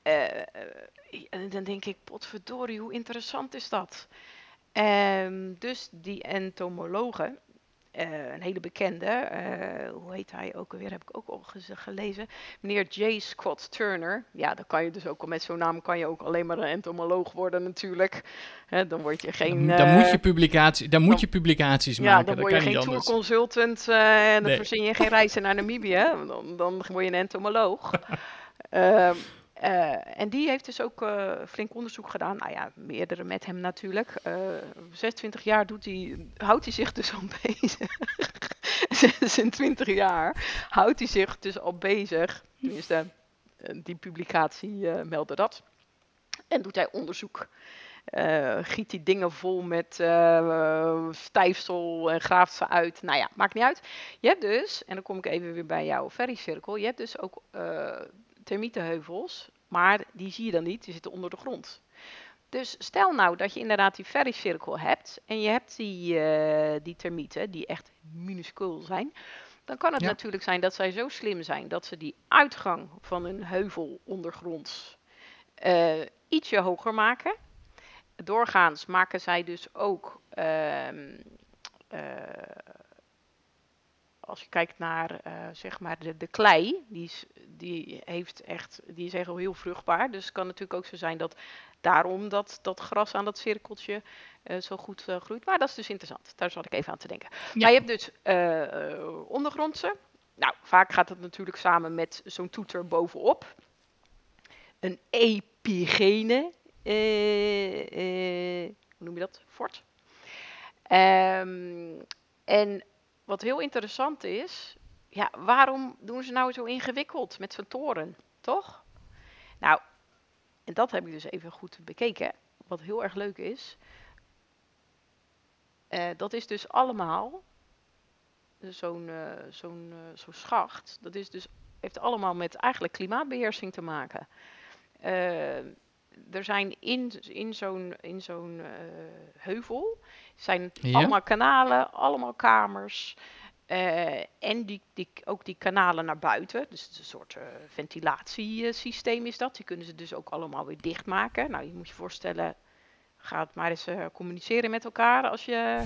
dan denk ik, potverdorie, hoe interessant is dat? Dus die entomologen, een hele bekende, hoe heet hij ook alweer, heb ik ook al gelezen, meneer J. Scott Turner. Ja, dan kan je dus ook al met zo'n naam kan je ook alleen maar een entomoloog worden natuurlijk. Dan word je geen... Dan moet je publicaties maken. Ja, dan word je geen tourconsultant en dan verzin je geen reizen naar Namibië. Dan word je een entomoloog. En die heeft dus ook flink onderzoek gedaan. Nou ja, meerdere met hem natuurlijk. 26 jaar houdt hij zich dus al bezig. 26 jaar houdt hij zich dus al bezig. Tenminste, die publicatie meldde dat. En doet hij onderzoek. Giet hij dingen vol met stijfsel en graaft ze uit. Nou ja, maakt niet uit. Je hebt dus, en dan kom ik even weer bij jouw ferrycirkel. Je hebt dus ook termietenheuvels, maar die zie je dan niet, die zitten onder de grond. Dus stel nou dat je inderdaad die ferrycirkel hebt en je hebt die termieten die echt minuscuul zijn, dan kan het natuurlijk zijn dat zij zo slim zijn dat ze die uitgang van een heuvel ondergronds ietsje hoger maken. Doorgaans maken zij dus ook, als je kijkt naar zeg maar de klei, die is echt heel vruchtbaar. Dus het kan natuurlijk ook zo zijn dat daarom dat gras aan dat cirkeltje zo goed groeit. Maar dat is dus interessant. Daar zat ik even aan te denken. Ja. Maar je hebt dus ondergrondse. Nou, vaak gaat het natuurlijk samen met zo'n toeter bovenop. Een epigene. Hoe noem je dat? Fort. En wat heel interessant is, waarom doen ze nou zo ingewikkeld met zo'n toren, toch? Nou, en dat heb ik dus even goed bekeken. Wat heel erg leuk is, dat is dus allemaal zo'n schacht. Dat is dus, heeft allemaal met eigenlijk klimaatbeheersing te maken. Er zijn in zo'n heuvel zijn allemaal kanalen, allemaal kamers. En ook die kanalen naar buiten. Dus het is een soort ventilatiesysteem is dat. Die kunnen ze dus ook allemaal weer dichtmaken. Nou, je moet je voorstellen, ga het maar eens communiceren met elkaar als je...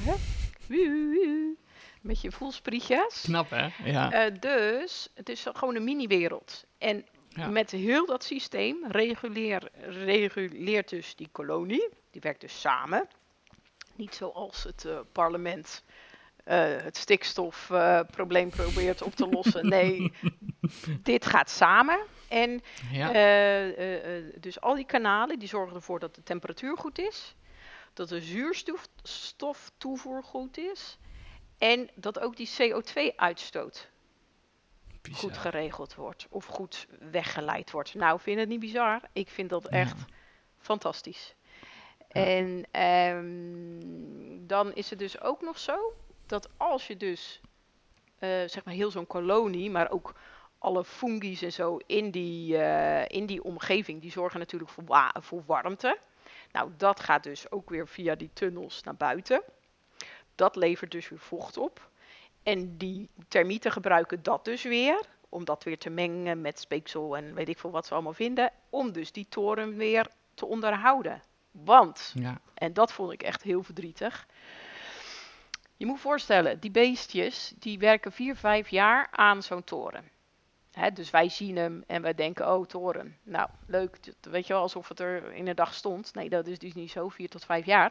met je voelsprietjes. Knap, hè? Ja. Dus het is gewoon een mini-wereld. En met heel dat systeem reguleert dus die kolonie. Die werkt dus samen. Niet zoals het parlement het stikstofprobleem probeert op te lossen. Nee, dit gaat samen. En dus al die kanalen die zorgen ervoor dat de temperatuur goed is. Dat de zuurstoftoevoer goed is. En dat ook die CO2-uitstoot goed geregeld wordt. Of goed weggeleid wordt. Nou, vind je het niet bizar? Ik vind dat echt fantastisch. Ja. En dan is het dus ook nog zo dat als je dus zeg maar heel zo'n kolonie, maar ook alle fungi's en zo in die omgeving, die zorgen natuurlijk voor warmte. Nou, dat gaat dus ook weer via die tunnels naar buiten. Dat levert dus weer vocht op. En die termieten gebruiken dat dus weer, om dat weer te mengen met speeksel en weet ik veel wat ze allemaal vinden, om dus die toren weer te onderhouden. Want, en dat vond ik echt heel verdrietig, je moet voorstellen, die beestjes, die werken 4-5 jaar aan zo'n toren. Dus wij zien hem en wij denken, oh, toren. Nou, leuk, weet je wel, alsof het er in een dag stond. Nee, dat is dus niet zo, 4 tot 5 jaar.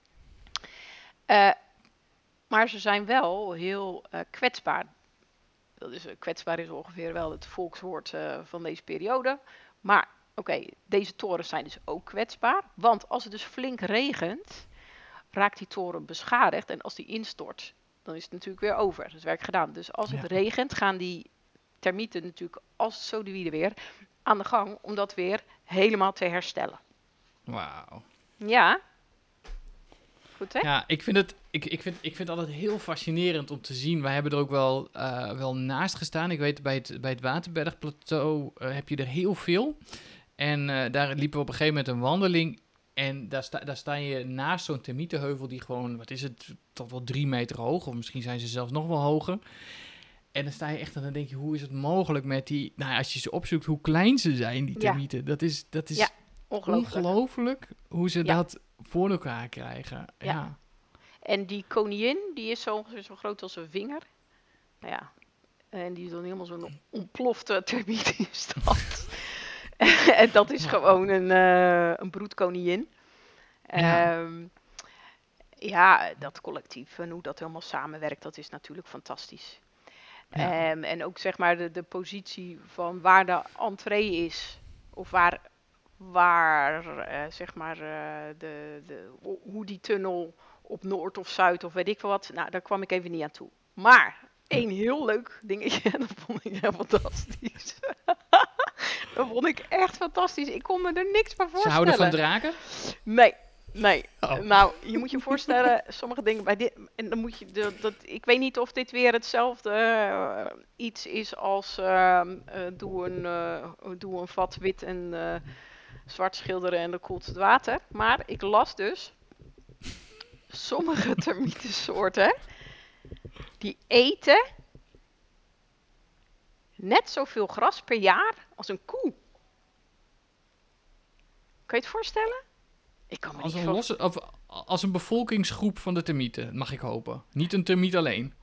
Maar ze zijn wel heel kwetsbaar. Kwetsbaar is ongeveer wel het volkswoord van deze periode. Maar oké, deze torens zijn dus ook kwetsbaar. Want als het dus flink regent, raakt die toren beschadigd. En als die instort, dan is het natuurlijk weer over. Dat is werk gedaan. Dus als het regent, gaan die termieten natuurlijk als het sodewieën weer aan de gang om dat weer helemaal te herstellen. Wauw. Ja. Goed, hè? Ja, ik vind het altijd heel fascinerend om te zien. Wij hebben er ook wel naast gestaan. Ik weet, bij het Waterbergplateau heb je er heel veel. En daar liepen we op een gegeven moment een wandeling. En daar sta je naast zo'n termietenheuvel die gewoon, wat is het, tot wel 3 meter hoog. Of misschien zijn ze zelfs nog wel hoger. En dan sta je echt en dan denk je, hoe is het mogelijk met die... Nou ja, als je ze opzoekt, hoe klein ze zijn, die termieten. Ja. Dat is ongelooflijk hoe ze dat voor elkaar krijgen. Ja. En die koningin, die is zo groot als een vinger. Nou ja, en die is dan helemaal zo'n ontplofte termiet in stand. En dat is gewoon een broedkoningin. Dat collectief en hoe dat helemaal samenwerkt, dat is natuurlijk fantastisch. Ja. En ook zeg maar de positie van waar de entree is, of waar zeg maar hoe die tunnel op noord of zuid of weet ik veel wat, nou daar kwam ik even niet aan toe. Maar één heel leuk dingetje, dat vond ik heel fantastisch. Dat vond ik echt fantastisch. Ik kon me er niks van voorstellen. Ze houden van draken? Nee. Oh. Nou, je moet je voorstellen, sommige dingen bij dit... En dan moet je... ik weet niet of dit weer hetzelfde iets is als... doe een vat wit en zwart schilderen en dan koelt het water. Maar ik las dus... Sommige termietensoorten... Die eten... net zoveel gras per jaar als een koe. Kan je het voorstellen? Ik kan me als een bevolkingsgroep van de termieten, mag ik hopen. Niet een termiet alleen.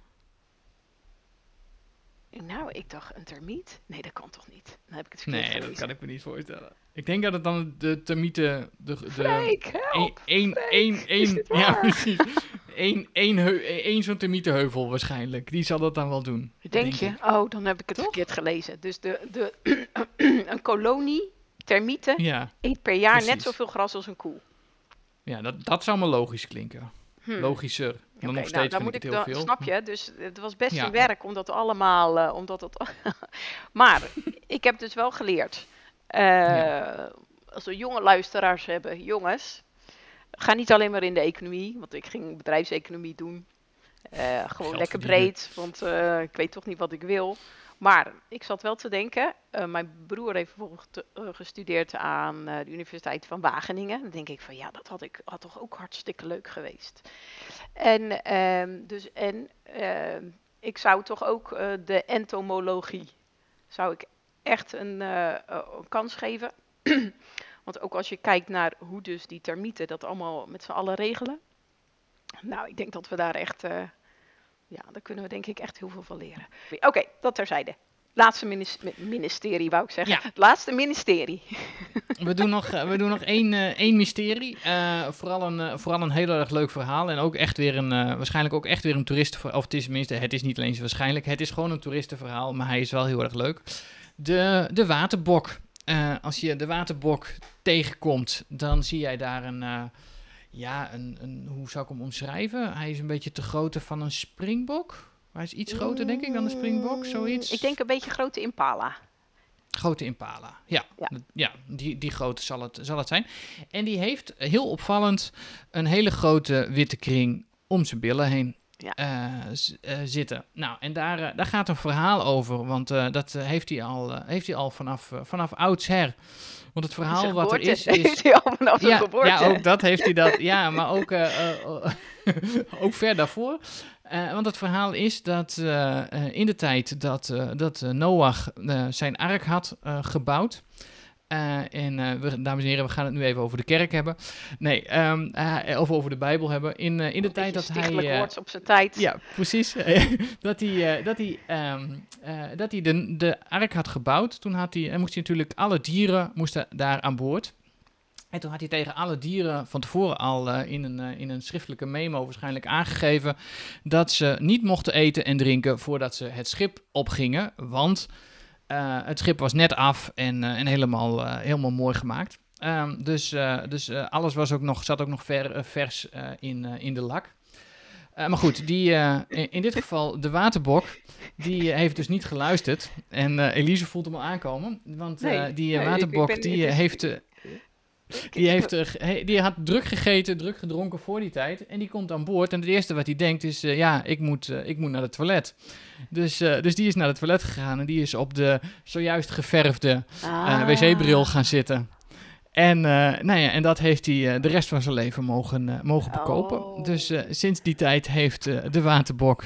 Nou, ik dacht een termiet? Nee, dat kan toch niet? Dan heb ik het verkeerd gelezen. Dat kan ik me niet voorstellen. Ik denk dat het dan de termieten... Freek, help! Ja, precies. Eén zo'n termietenheuvel waarschijnlijk. Die zal dat dan wel doen. Denk je? Oh, dan heb ik het verkeerd gelezen. Dus een kolonie termieten eet per jaar net zoveel gras als een koe. Ja, dat zou me logisch klinken. Logischer. Dan nog steeds vind ik het heel veel. Snap je? Dus het was best een werk om dat allemaal... Maar ik heb dus wel geleerd. Als we jonge luisteraars hebben, jongens... Ga niet alleen maar in de economie, want ik ging bedrijfseconomie doen. Gewoon lekker breed, want ik weet toch niet wat ik wil. Maar ik zat wel te denken, mijn broer heeft bijvoorbeeld gestudeerd aan de Universiteit van Wageningen. Dan denk ik van ja, dat had toch ook hartstikke leuk geweest. ik zou toch ook de entomologie zou ik echt een kans geven. Want ook als je kijkt naar hoe dus die termieten dat allemaal met z'n allen regelen. Nou, ik denk dat we daar echt, daar kunnen we denk ik echt heel veel van leren. Oké, dat terzijde. Laatste ministerie, wou ik zeggen. Ja. Het laatste ministerie. We doen nog één mysterie. Vooral een heel erg leuk verhaal. En ook echt weer waarschijnlijk ook echt weer een toeristenverhaal. Of het is niet alleen waarschijnlijk. Het is gewoon een toeristenverhaal, maar hij is wel heel erg leuk. De waterbok. Als je de waterbok tegenkomt, dan zie jij daar hoe zou ik hem omschrijven? Hij is een beetje te grootte van een springbok. Hij is iets groter, denk ik, dan een springbok, zoiets. Ik denk een beetje grote impala. Grote impala, ja die grootte zal het zijn. En die heeft heel opvallend een hele grote witte kring om zijn billen heen zitten. Nou, en daar gaat een verhaal over, want dat heeft hij al vanaf oudsher. Want het verhaal wat er is... Heeft hij al vanaf zijn geboorte. Ja, ook dat heeft hij dat. Ja, maar ook, ook ver daarvoor. Want het verhaal is dat in de tijd dat Noach zijn ark had gebouwd... dames en heren, we gaan het nu even over de kerk hebben. Nee, of over de Bijbel hebben. In de tijd dat hij... woord op zijn tijd. Ja, precies. dat hij de ark had gebouwd. Toen moest hij natuurlijk... Alle dieren moesten daar aan boord. En toen had hij tegen alle dieren van tevoren al in een schriftelijke memo waarschijnlijk aangegeven... dat ze niet mochten eten en drinken voordat ze het schip opgingen. Want... het schip was net af en helemaal mooi gemaakt. Dus alles zat ook nog vers in de lak. Maar goed, in dit geval de waterbok, die heeft dus niet geluisterd. En Elise voelt hem al aankomen. Want die waterbok, die had druk gegeten, druk gedronken voor die tijd. En die komt aan boord. En het eerste wat hij denkt is, ik moet naar het toilet. Dus die is naar het toilet gegaan. En die is op de zojuist geverfde wc-bril gaan zitten. En dat heeft hij de rest van zijn leven mogen bekopen. Oh. Dus sinds die tijd heeft de waterbok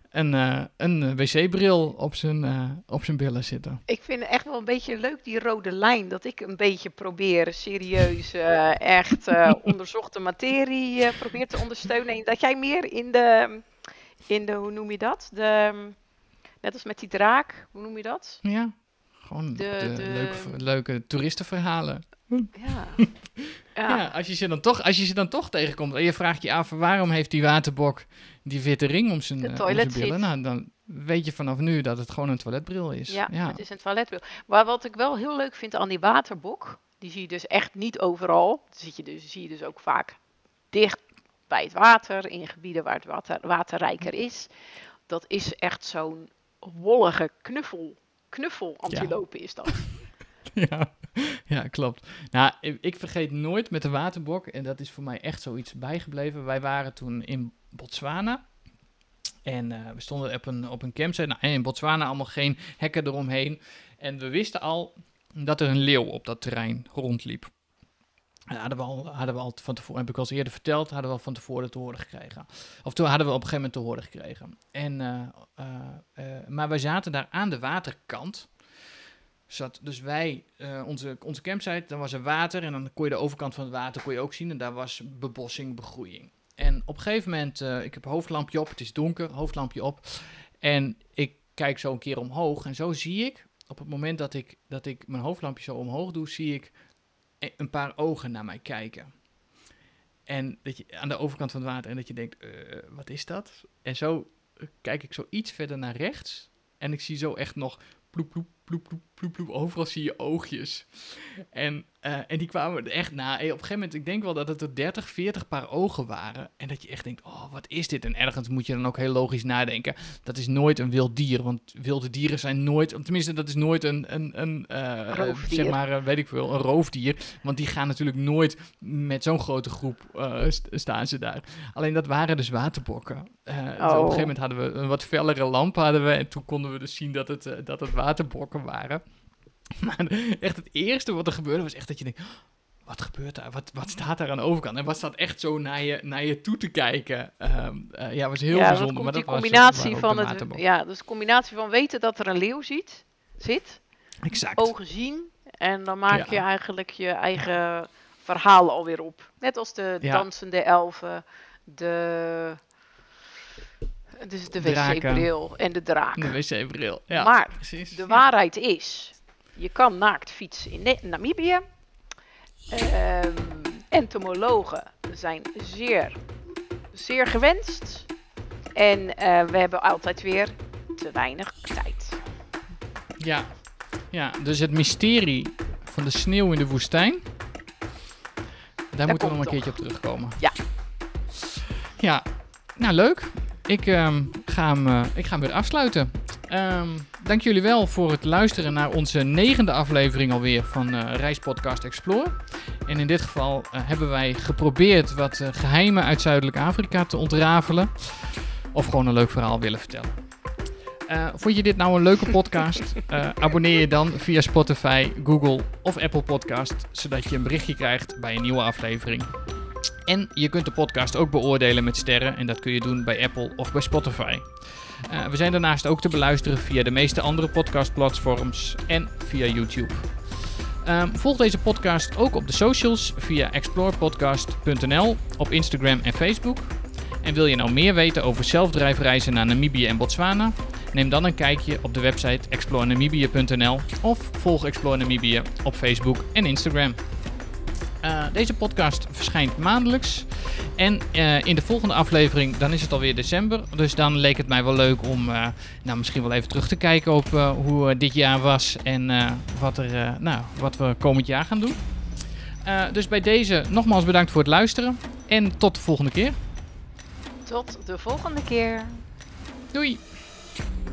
een wc-bril op zijn billen zitten. Ik vind het echt wel een beetje leuk, die rode lijn. Dat ik een beetje probeer serieus echt onderzochte materie probeer te ondersteunen. En dat jij meer in de hoe noem je dat? Net als met die draak, hoe noem je dat? Ja, gewoon leuke toeristenverhalen. Ja, als je ze dan toch tegenkomt en je vraagt je af waarom heeft die waterbok die witte ring om zijn billen, nou, dan weet je vanaf nu dat het gewoon een toiletbril is. Ja, het is een toiletbril. Maar wat ik wel heel leuk vind aan die waterbok, die zie je dus echt niet overal. Die zie je dus ook vaak dicht bij het water, in gebieden waar het waterrijker is. Dat is echt zo'n wollige knuffel-antilope is dat. Ja, klopt. Nou, ik vergeet nooit met de waterbok, en dat is voor mij echt zoiets bijgebleven. Wij waren toen in Botswana. En we stonden op een campsite. Nou, en in Botswana allemaal geen hekken eromheen. En we wisten al dat er een leeuw op dat terrein rondliep. Hadden we al van tevoren, heb ik al eens eerder verteld, hadden we al van tevoren te horen gekregen. Of toen hadden we op een gegeven moment te horen gekregen. Maar wij zaten daar aan de waterkant. Dus wij, onze campsite, dan was er water en dan kon je de overkant van het water ook zien. En daar was bebossing, begroeiing. En op een gegeven moment, ik heb een hoofdlampje op, het is donker, hoofdlampje op. En ik kijk zo een keer omhoog en zo zie ik, op het moment dat ik mijn hoofdlampje zo omhoog doe, zie ik een paar ogen naar mij kijken. En dat je aan de overkant van het water en dat je denkt, wat is dat? En zo kijk ik zo iets verder naar rechts en ik zie zo echt nog ploep, ploep, ploep, ploep, ploep, ploep. Overal zie je oogjes. En die kwamen er echt na. Op een gegeven moment, ik denk wel dat het er 30, 40 paar ogen waren. En dat je echt denkt, oh, wat is dit? En ergens moet je dan ook heel logisch nadenken. Dat is nooit een wild dier. Want wilde dieren zijn nooit, tenminste, dat is nooit een zeg maar, weet ik veel, een roofdier. Want die gaan natuurlijk nooit met zo'n grote groep staan ze daar. Alleen dat waren dus waterbokken. Op een gegeven moment hadden we een wat fellere lamp en toen konden we dus zien dat het waterbokken waren. Maar echt het eerste wat er gebeurde was echt dat je denkt, wat gebeurt daar? Wat staat daar aan de overkant? En wat staat echt zo naar je toe te kijken? Was heel bijzonder. Maar dat was dus de combinatie van weten dat er een leeuw zit. Exact. Ogen zien. En dan maak je eigenlijk je eigen verhaal alweer op. Net als de dansende elfen, de wc-bril en de draak. De wc-bril, ja. Maar precies. De waarheid is, je kan naakt fietsen in Namibië. Entomologen zijn zeer, zeer gewenst. En we hebben altijd weer te weinig tijd. Ja, dus het mysterie van de sneeuw in de woestijn, daar moeten we nog een keertje op terugkomen. Ja, nou leuk. Ik ga hem weer afsluiten. Dank jullie wel voor het luisteren naar onze 9e aflevering alweer van Reispodcast Explore. En in dit geval hebben wij geprobeerd wat geheimen uit Zuidelijk Afrika te ontrafelen. Of gewoon een leuk verhaal willen vertellen. Vond je dit nou een leuke podcast? Abonneer je dan via Spotify, Google of Apple Podcast, zodat je een berichtje krijgt bij een nieuwe aflevering. En je kunt de podcast ook beoordelen met sterren en dat kun je doen bij Apple of bij Spotify. We zijn daarnaast ook te beluisteren via de meeste andere podcastplatforms en via YouTube. Volg deze podcast ook op de socials via explorepodcast.nl op Instagram en Facebook. En wil je nou meer weten over zelfdrijfreizen naar Namibië en Botswana? Neem dan een kijkje op de website explorenamibia.nl of volg Explore Namibië op Facebook en Instagram. Deze podcast verschijnt maandelijks. En in de volgende aflevering, dan is het alweer december. Dus dan leek het mij wel leuk om misschien wel even terug te kijken op hoe dit jaar was. En wat we komend jaar gaan doen. Dus bij deze nogmaals bedankt voor het luisteren. En tot de volgende keer. Tot de volgende keer. Doei!